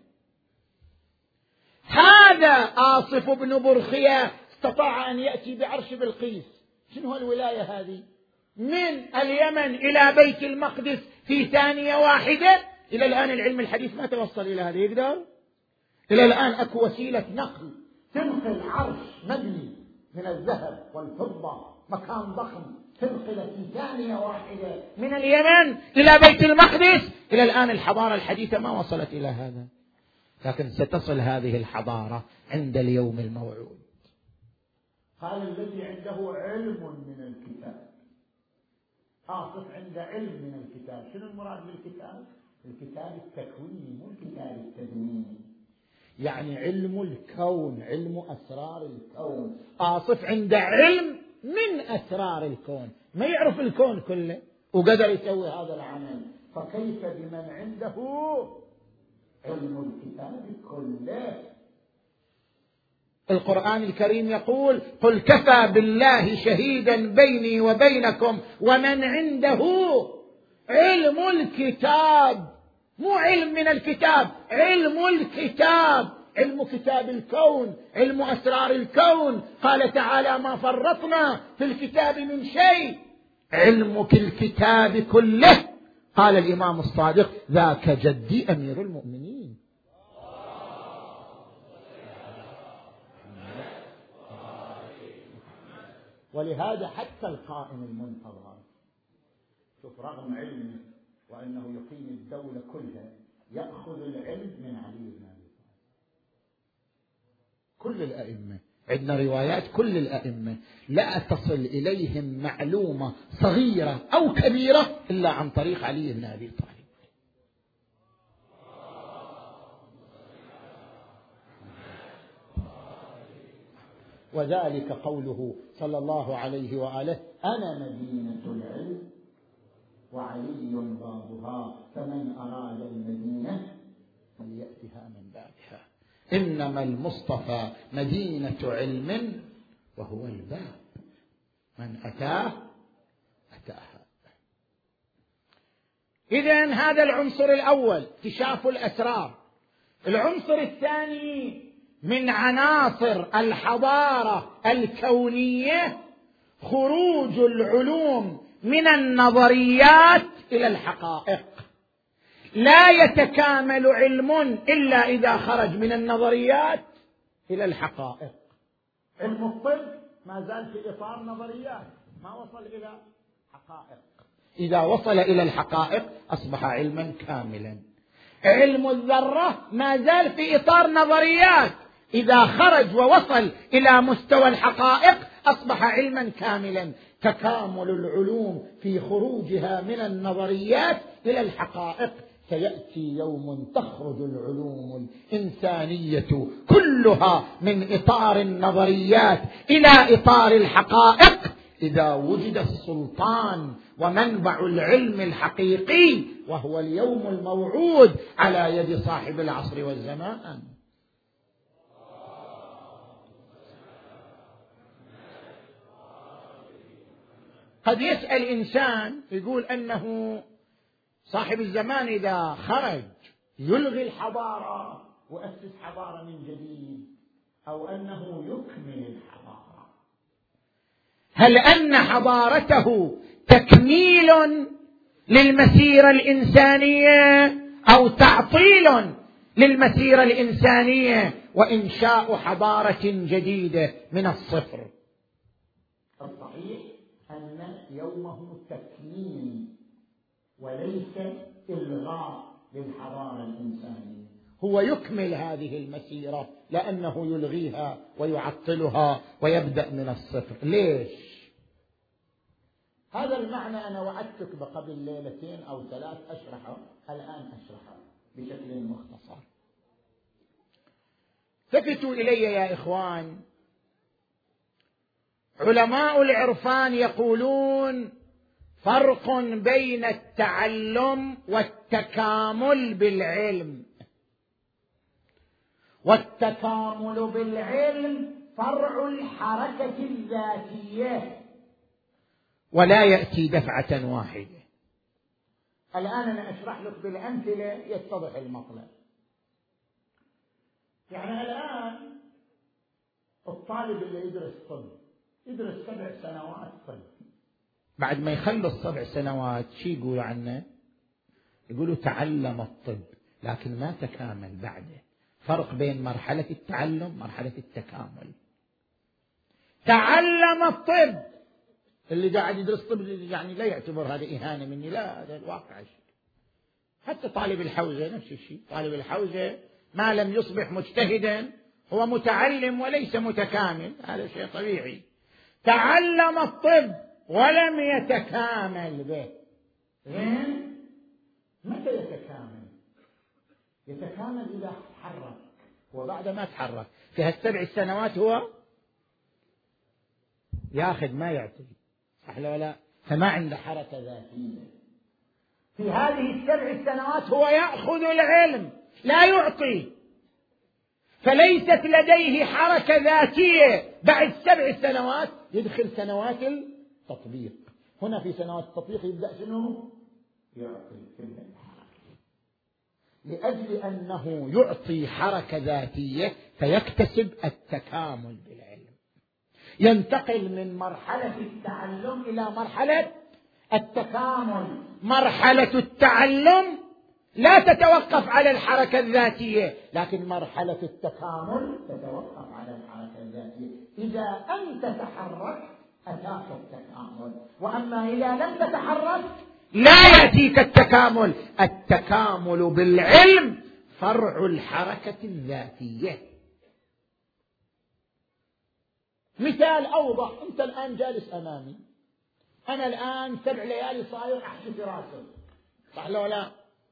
هذا آصف بن برخية استطاع أن يأتي بعرش بلقيس. شنو الولاية هذه؟ من اليمن إلى بيت المقدس في ثانية واحدة. إلى الآن العلم الحديث ما توصل إلى هذا. يقدر إلى الآن أكو وسيلة نقل تنقل عرش مبني من الذهب والفضة، مكان ضخم، تنقل في ثانية واحدة من اليمن إلى بيت المقدس. إلى الآن الحضارة الحديثة ما وصلت إلى هذا، لكن ستصل هذه الحضارة عند اليوم الموعود. قال الذي عنده علم من الكتاب. آصف عنده علم من الكتاب. شنو المراد بالكتاب؟ الكتاب التكويني مو الكتاب التدويني، يعني علم الكون، علم أسرار الكون. آصف عنده علم من أسرار الكون، ما يعرف الكون كله وقدر يسوي هذا العمل، فكيف بمن عنده علم الكتاب كله؟ القرآن الكريم يقول قل كفى بالله شهيدا بيني وبينكم ومن عنده علم الكتاب. مو علم من الكتاب، علم الكتاب، علم كتاب الكون، علم أسرار الكون. قال تعالى ما فرطنا في الكتاب من شيء. علمك الكتاب كله. قال الإمام الصادق ذاك جدي أمير المؤمنين. ولهذا حتى القائم المنتظر شوف رغم علمه وأنه يقيم الدولة كلها يأخذ العلم من علي بن أبي طالب. كل الأئمة عندنا روايات، كل الأئمة لا تصل إليهم معلومة صغيرة أو كبيرة إلا عن طريق علي بن أبي طالب. وذلك قوله صلى الله عليه وآله أنا مدينة العلم وعلي بابها فمن أراد المدينة فليأتها من بابها. إنما المصطفى مدينة علم وهو الباب، من أتاه أتاها. إذن هذا العنصر الأول اكتشاف الأسرار. العنصر الثاني من عناصر الحضارة الكونية خروج العلوم من النظريات إلى الحقائق. لا يتكامل علم إلا إذا خرج من النظريات إلى الحقائق. علم الطب ما زال في إطار نظريات، ما وصل إلى حقائق. إذا وصل إلى الحقائق أصبح علما كاملا. علم الذرة ما زال في إطار نظريات، إذا خرج ووصل إلى مستوى الحقائق أصبح علما كاملا. تكامل العلوم في خروجها من النظريات إلى الحقائق. سيأتي يوم تخرج العلوم الإنسانية كلها من إطار النظريات إلى إطار الحقائق إذا وجد السلطان ومنبع العلم الحقيقي، وهو اليوم الموعود على يد صاحب العصر والزمان. قد يسأل إنسان يقول أنه صاحب الزمان إذا خرج يلغي الحضارة وأسس حضارة من جديد، أو أنه يكمل الحضارة. هل أن حضارته تكميل للمسيرة الإنسانية أو تعطيل للمسيرة الإنسانية وإنشاء حضارة جديدة من الصفر؟ الصحيح أن يومه تكميل وليس إلغاء للحضارة الإنسانية، هو يكمل هذه المسيرة لأنه يلغيها ويعطلها ويبدأ من الصفر. ليش؟ هذا المعنى أنا وعدتك قبل ليلتين أو 3 أشرحه، الآن أشرحه بشكل مختصر. ثبتوا إلي يا إخوان، علماء العرفان يقولون فرق بين التعلم والتكامل بالعلم. والتكامل بالعلم فرع الحركة الذاتية ولا يأتي دفعة واحدة. الآن أنا أشرح لك بالأمثلة يتضح المطلب. يعني الآن الطالب اللي يدرس طب يدرس 7 سنوات طب، بعد ما يخلص 7 سنوات شي يقولوا عنه؟ يقولوا تعلم الطب لكن ما تكامل بعده. فرق بين مرحلة التعلم ومرحلة التكامل. تعلم الطب، اللي قاعد يدرس طب يعني لا يعتبر هذا إهانة مني، لا، هذا الواقع. حتى طالب الحوزة نفس الشيء، طالب الحوزة ما لم يصبح مجتهدا هو متعلم وليس متكامل، هذا شيء طبيعي. تعلم الطب ولم يتكامل به، متى يتكامل؟ يتكامل إذا تحرك، وبعد ما تحرك في هالسبع سنوات هو ياخذ ما يعطي، صح ولا لا؟ فما عنده حركة ذاتية. في هذه ال7 سنوات هو يأخذ العلم لا يعطي، فليست لديه حركة ذاتية. بعد 7 سنوات يدخل سنوات التطبيق. هنا في سنوات التطبيق يبدأ شنو؟ يعطي كل الحركة، لأجل أنه يعطي حركة ذاتية فيكتسب التكامل بالعلم، ينتقل من مرحلة التعلم إلى مرحلة التكامل. مرحلة التعلم لا تتوقف على الحركة الذاتية، لكن مرحلة التكامل تتوقف على الحركة الذاتية. إذا أنت تحركت أتاك التكامل، وأما إذا لم تتحرك لا يأتيك التكامل. التكامل بالعلم فرع الحركة الذاتية. مثال أوضح، أنت الآن جالس أمامي، أنا الآن 7 ليالي صاير أحكي في راسي، صح ولا لا؟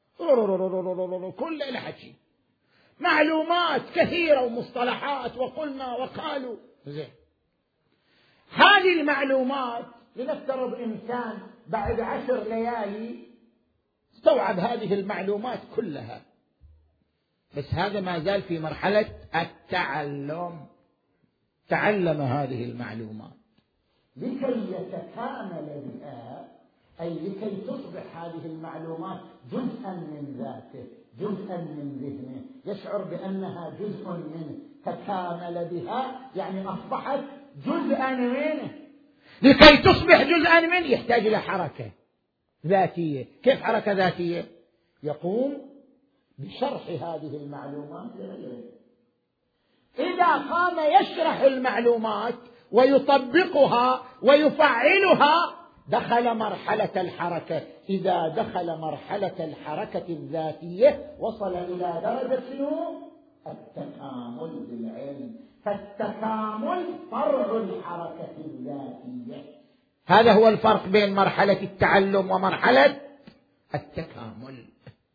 كل ليلة حكي، معلومات كثيرة ومصطلحات وقلنا وقالوا. زين، هذه المعلومات لنفترض إنسان بعد 10 ليالي استوعب هذه المعلومات كلها، بس هذا ما زال في مرحلة التعلم، تعلم هذه المعلومات. لكي يتكامل بها، أي لكي تصبح هذه المعلومات جزءا من ذاته، جزءا من ذهنه، يشعر بأنها جزء منه، تكامل بها يعني أصبحت جزءا منه. لكي تصبح جزءا منه يحتاج إلى حركة ذاتية. كيف حركة ذاتية؟ يقوم بشرح هذه المعلومات لغيره. إذا قام يشرح المعلومات ويطبقها ويفعلها دخل مرحلة الحركة. إذا دخل مرحلة الحركة الذاتية وصل إلى درجة التكامل بالعلم. فالتكامل فرع الحركة الذاتية. هذا هو الفرق بين مرحلة التعلم ومرحلة التكامل.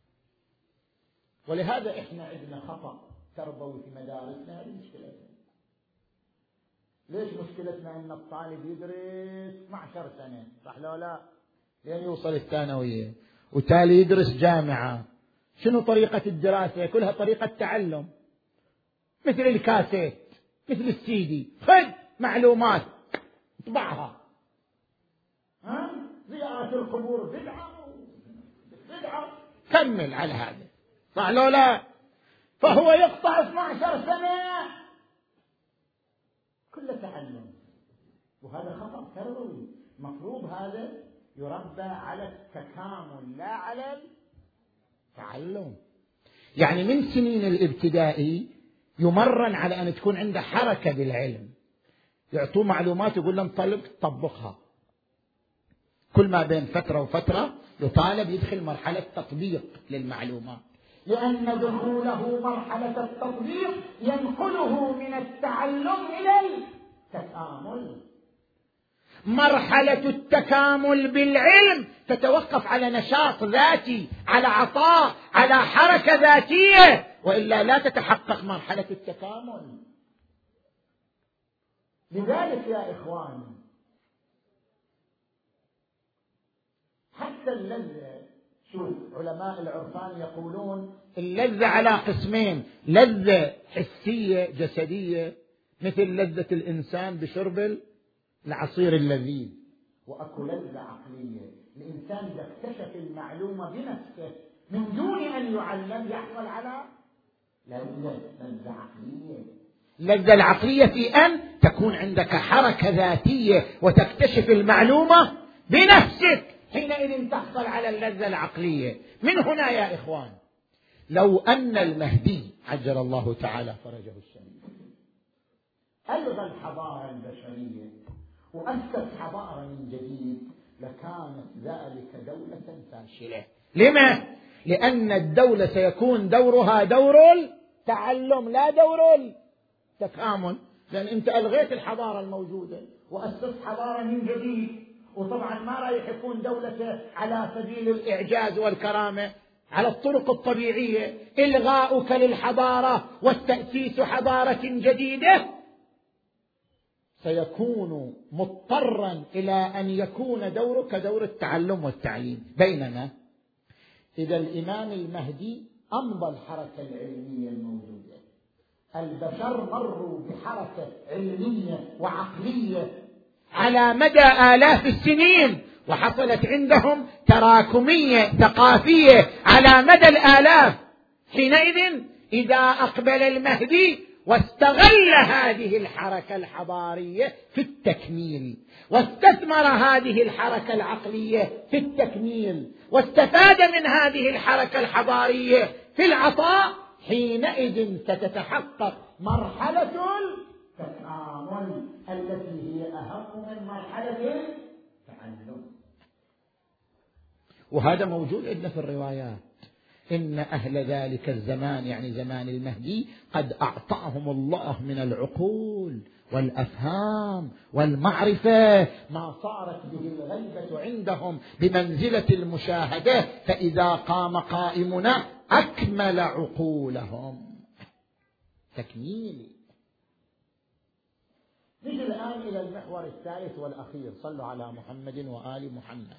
ولهذا إحنا عندنا خطأ تربوي في مدارسنا. هذه مشكلتنا. ليش مشكلتنا؟ أن الطالب يدرس 12 سنة، صح لا لا، لين يوصل الثانوية، وتالي يدرس جامعة. شنو طريقة الدراسة؟ كلها طريقة تعلم، مثل الكاسيت، مثل السيدي، خذ معلومات اطبعها. زيارة القبور بدعة، كمل على هذا، صح لا لا. فهو يقطع 12 سنة كله تعلم، وهذا خطأ تربوي. مطلوب هذا يربى على التكامل لا على التعلم. يعني من سنين الابتدائي يمرن على أن تكون عنده حركة بالعلم، يعطوه معلومات يقول له انطلق طبقها، كل ما بين فترة وفترة يطالب يدخل مرحلة تطبيق للمعلومات، لأن دخوله مرحلة التطبيق ينقله من التعلم إلى التكامل. مرحلة التكامل بالعلم تتوقف على نشاط ذاتي، على عطاء، على حركة ذاتية، وإلا لا تتحقق مرحلة التكامل. لذلك يا إخواني حتى اللذة، شوف علماء العرفان يقولون اللذة على قسمين: لذة حسية جسدية مثل لذة الإنسان بشرب العصير اللذيذ، وأكو لذة عقلية. الإنسان إذا اكتشف المعلومة بنفسه من دون أن يعلم يحصل على لذة عقلية. اللذة العقلية في أن تكون عندك حركة ذاتية وتكتشف المعلومة بنفسك، حينئذ تحصل على اللذة العقلية. من هنا يا إخوان لو أن المهدي عجل الله تعالى فرجه الشريف ألغى الحضارة البشرية وأسس حضارة من جديد لكانت ذلك دولة فاشلة. لما؟ لأن الدولة سيكون دورها دور التعلم لا دور التكامل، لأن أنت ألغيت الحضارة الموجودة وأسست حضارة من جديد، وطبعا ما رايح يكون دولته على سبيل الإعجاز والكرامة، على الطرق الطبيعية. إلغاؤك للحضارة والتأسيس حضارة جديدة سيكون مضطرا إلى أن يكون دورك دور التعلم والتعليم. بينما إذا الإمام المهدي أمضى الحركة العلمية الموجودة، البشر مروا بحركة علمية وعقلية على مدى آلاف السنين، وحصلت عندهم تراكمية ثقافية على مدى الآلاف. حينئذ إذا أقبل المهدي واستغل هذه الحركة الحضارية في التكميل، واستثمر هذه الحركة العقلية في التكميل، واستفاد من هذه الحركة الحضارية في العطاء، حينئذ ستتحقق مرحلة التكامل التي هي أهم من مرحلة التعلم. وهذا موجود عندنا في الروايات: إن أهل ذلك الزمان، يعني زمان المهدي، قد أعطاهم الله من العقول والأفهام والمعرفة ما صارت به الغيبة عندهم بمنزلة المشاهدة، فإذا قام قائمنا أكمل عقولهم. تكميل. نجي الآن إلى المحور الثالث والأخير. صلوا على محمد وآل محمد.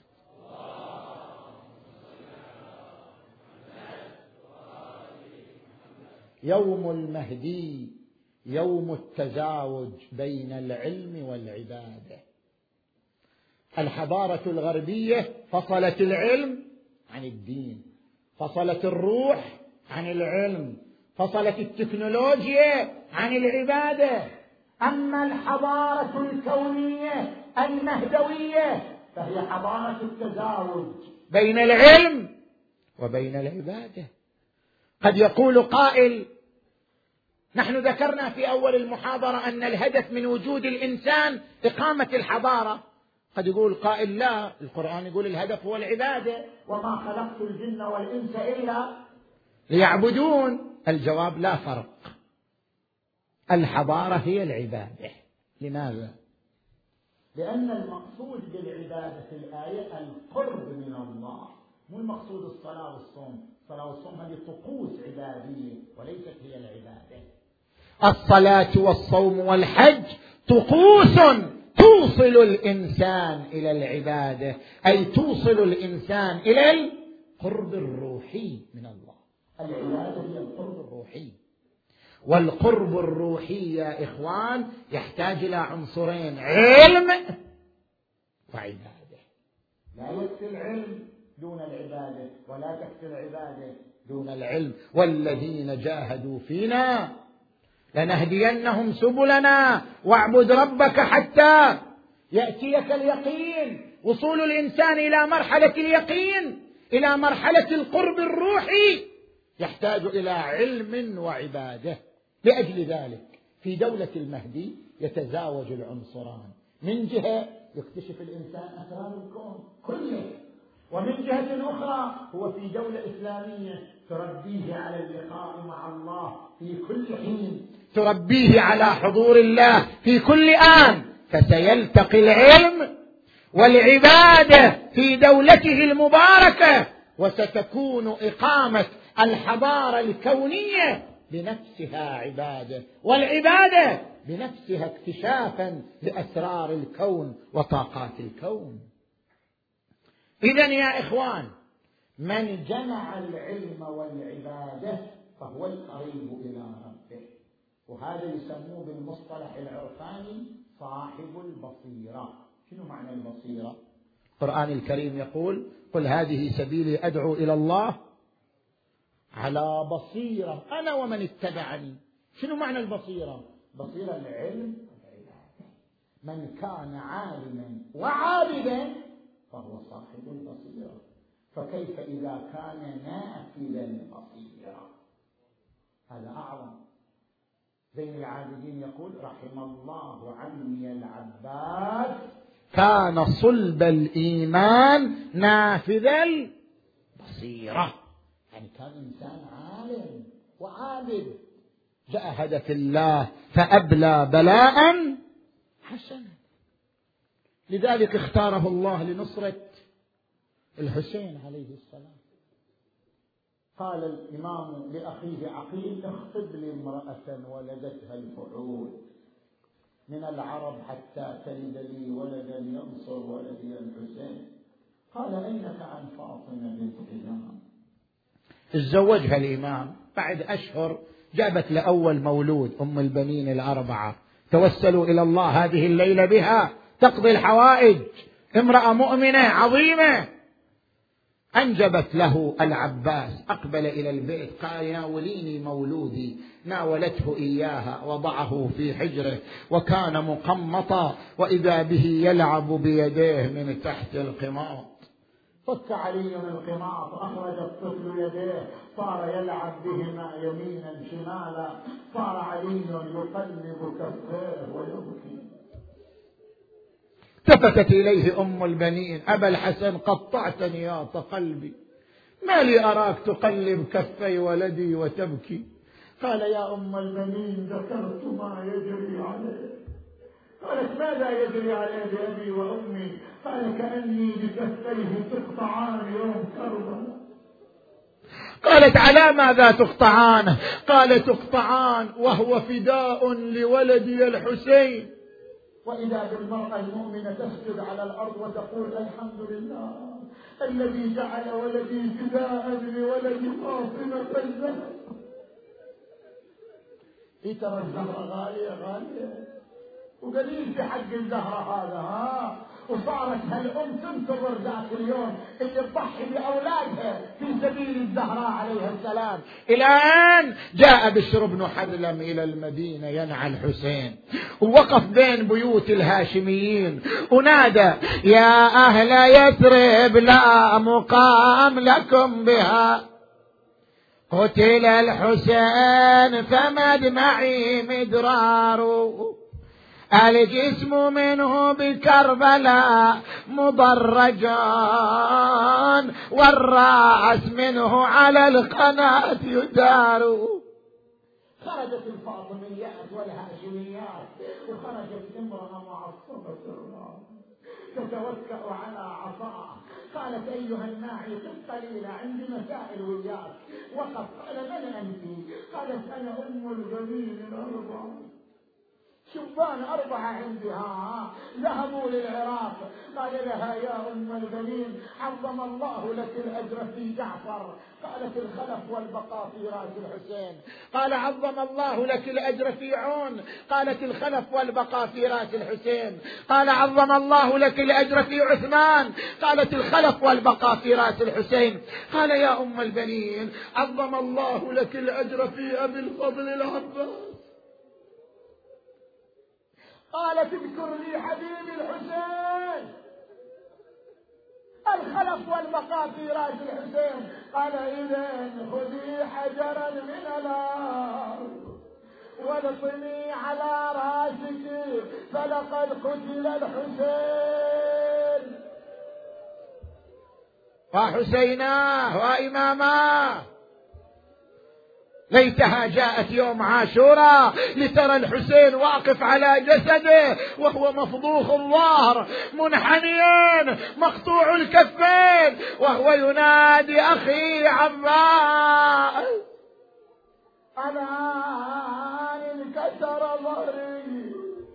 يوم المهدي يوم التزاوج بين العلم والعبادة. الحضارة الغربية فصلت العلم عن الدين، فصلت الروح عن العلم، فصلت التكنولوجيا عن العبادة. أما الحضارة الكونية المهدوية فهي حضارة التزاوج بين العلم وبين العبادة. قد يقول قائل: نحن ذكرنا في أول المحاضرة أن الهدف من وجود الإنسان إقامة الحضارة. قد يقول قائل: لا، القرآن يقول الهدف هو العبادة، وما خلقت الجن والإنس إلا ليعبدون. الجواب: لا فرق، الحضارة هي العبادة. لماذا؟ لأن المقصود بالعبادة في الآية القرب من الله، مو المقصود الصلاة والصوم. الصلاة والصوم هذه طقوس عبادية وليست هي العبادة. الصلاة والصوم والحج طقوس توصل الإنسان إلى العبادة، أي توصل الإنسان إلى القرب الروحي من الله. العبادة هي القرب الروحي، والقرب الروحي يا إخوان يحتاج إلى عنصرين: علم وعبادة. لا يكفي العلم دون العبادة، ولا تكفي العبادة دون العلم. والذين جاهدوا فينا لنهدينهم سبلنا واعبد ربك حتى يأتيك اليقين. وصول الإنسان إلى مرحلة اليقين، إلى مرحلة القرب الروحي، يحتاج إلى علم وعبادة. لأجل ذلك في دولة المهدي يتزاوج العنصران، من جهة يكتشف الإنسان أسرار الكون كله، ومن جهة أخرى هو في دولة إسلامية تربيه على اللقاء مع الله في كل حين، تربيه على حضور الله في كل آن، فسيلتقي العلم والعبادة في دولته المباركة، وستكون إقامة الحضارة الكونية بنفسها عبادة، والعبادة بنفسها اكتشافا لأسرار الكون وطاقات الكون. إذن يا إخوان، من جمع العلم والعبادة فهو القريب إلى ربه، وهذا يسموه بالمصطلح العرفاني صاحب البصيرة. شنو معنى البصيرة؟ القرآن الكريم يقول: قل هذه سبيلي أدعو إلى الله على بصيرة أنا ومن اتبعني. شنو معنى البصيرة؟ بصيرة العلم والعبادة. من كان عالما وعابدا فهو صاحب البصيرة، فكيف إذا كان نافذا البصيرة؟ هذا أعظم. زين العابدين يقول: رحم الله عمي العباس كان صلب الإيمان نافذ البصيرة، يعني كان إنسان عالم وعابد، جاهد في الله فأبلى بلاء حسنا، لذلك اختاره الله لنصرة الحسين عليه السلام. قال الإمام لأخيه عقيل: اخطب لي امرأة ولدتها الفحول من العرب حتى تلد لي ولدا ينصر ولدي الحسين. قال: أينك عن فاطمة بنت إمام؟ تزوجها الإمام، بعد أشهر جابت لأول مولود أم البنين الأربعة، توسلوا إلى الله هذه الليلة بها تقضي الحوائج، امرأة مؤمنة عظيمة، أنجبت له العباس. أقبل إلى البيت قال: ناوليني مولودي. ناولته إياها، وضعه في حجره وكان مقمطا، وإذا به يلعب بيديه من تحت القماط. فك علي القماط، أخرج الطفل يديه، صار يلعب بهما يمينا شمالا، صار علي يقلب كفيه ويبكي. التفتت إليه أم البنين: أبا الحسن قطعتني يا قلبي، ما لي أراك تقلب كفي ولدي وتبكي؟ قال: يا أم البنين ذكرت ما يجري عليه. قالت: ماذا يجري عليه بأبي وأمي؟ قال: كأني بكفيه تقطعان يوم كربلاء. قالت: على ماذا تقطعان؟ قال: تقطعان وهو فداء لولدي الحسين. وإذا بالمرأة المؤمنة تسجد على الأرض وتقول: الحمد لله الذي جعل ولدي فداء لولد فاطمة الزهراء. ترى الزهرة غالية وقليل في حق الزهرة هذا، وصارت هالأم تنتظر ذاك اليوم اللي تضحي بأولادها في سبيل الزهراء عليها السلام. إلى أن جاء بشر بن حذلم إلى المدينة ينعى الحسين، ووقف بين بيوت الهاشميين ونادى: يا أهل يثرب لا مقام لكم بها، قتل الحسين فمدمعي مدرار، الجسم منه بكربلاء مضرجان، والرأس منه على القناة يدار. خرجت الفاطميات والهاشميات، وخرجت امرأة معصبة الرأس تتوكأ على عصاه. قالت: أيها الناعي قف قليلا، عندي مسائل وياك. وقف. قال: من أنت؟ قالت: أنا أم البنين الأربعة، شبان أربعة عندها ذهبوا للعراق. قال لها: يا أم البنين عظم الله لك الأجر في جعفر. قالت: الخلف والبقاء في رأس الحسين. قال: عظم الله لك الأجر في عون. قالت: الخلف والبقاء في رأس الحسين. قال: عظم الله لك الأجر في عثمان. قالت: الخلف والبقاء في رأس الحسين. قال: يا أم البنين عظم الله لك الأجر في أبي الفضل العباس. قالت: اذكر لي حبيبي الحسين، الخلف والبقاء في راس الحسين. قال: إذن خذي حجرا من الأرض والطني على راسك فلقد قتل الحسين وحسيناه وإماماه. ليتها جاءت يوم عاشوراء لترى الحسين واقف على جسده وهو مفضوخ الظهر منحنيا مقطوع الكفين وهو ينادي أخي عباس الآن انكسر ظهري،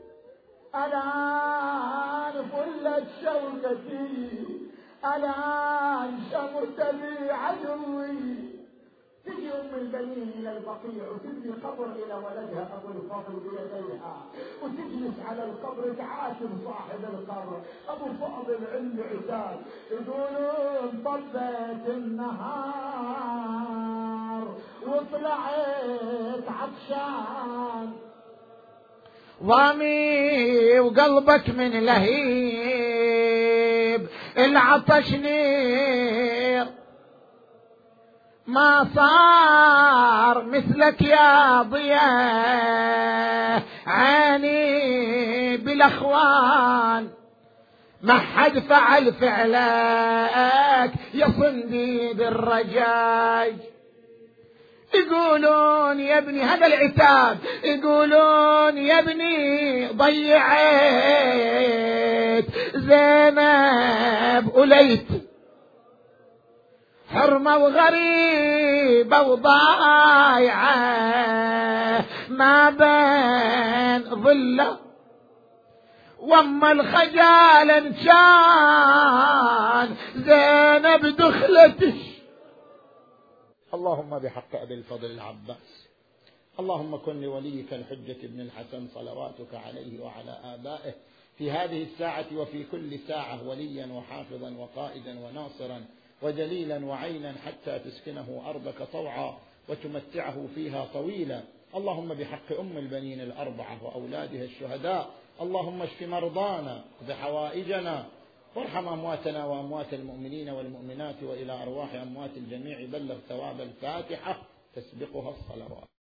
الآن فلت شوكتي، الآن شمت بي عدوي. تجي أم البنين إلى البقيع وتبني قبر إلى ولدها أبو الفضل بيديها وتجلس على القبر تعاتب صاحب القبر أبو فاضل عند عتاب، يقولون طبت النهار وطلعت عطشان ضامي وقلبك من لهيب العطش نير، ما صار مثلك يا ضياء عيني بالاخوان، ما حد فعل فعلك يا صنديد الرجاج. يقولون يا ابني هذا العتاب، يقولون يا ابني ضيعت زينب وليت حرمة وغريبة وضايعة ما بين ظله وما الخجال ان كان زينب دخلتش. اللهم بحق أبي الفضل العباس اللهم كن لوليك الحجة ابن الحسن صلواتك عليه وعلى آبائه في هذه الساعة وفي كل ساعة وليا وحافظا وقائدا وناصرا ودليلا وعينا حتى تسكنه أرضك طوعا وتمتعه فيها طويلا. اللهم بحق أم البنين الأربعة وأولادها الشهداء اللهم اشف مرضانا بحوائجنا وارحم أمواتنا وأموات المؤمنين والمؤمنات وإلى أرواح أموات الجميع بلغ ثواب الفاتحة تسبقها الصلوات.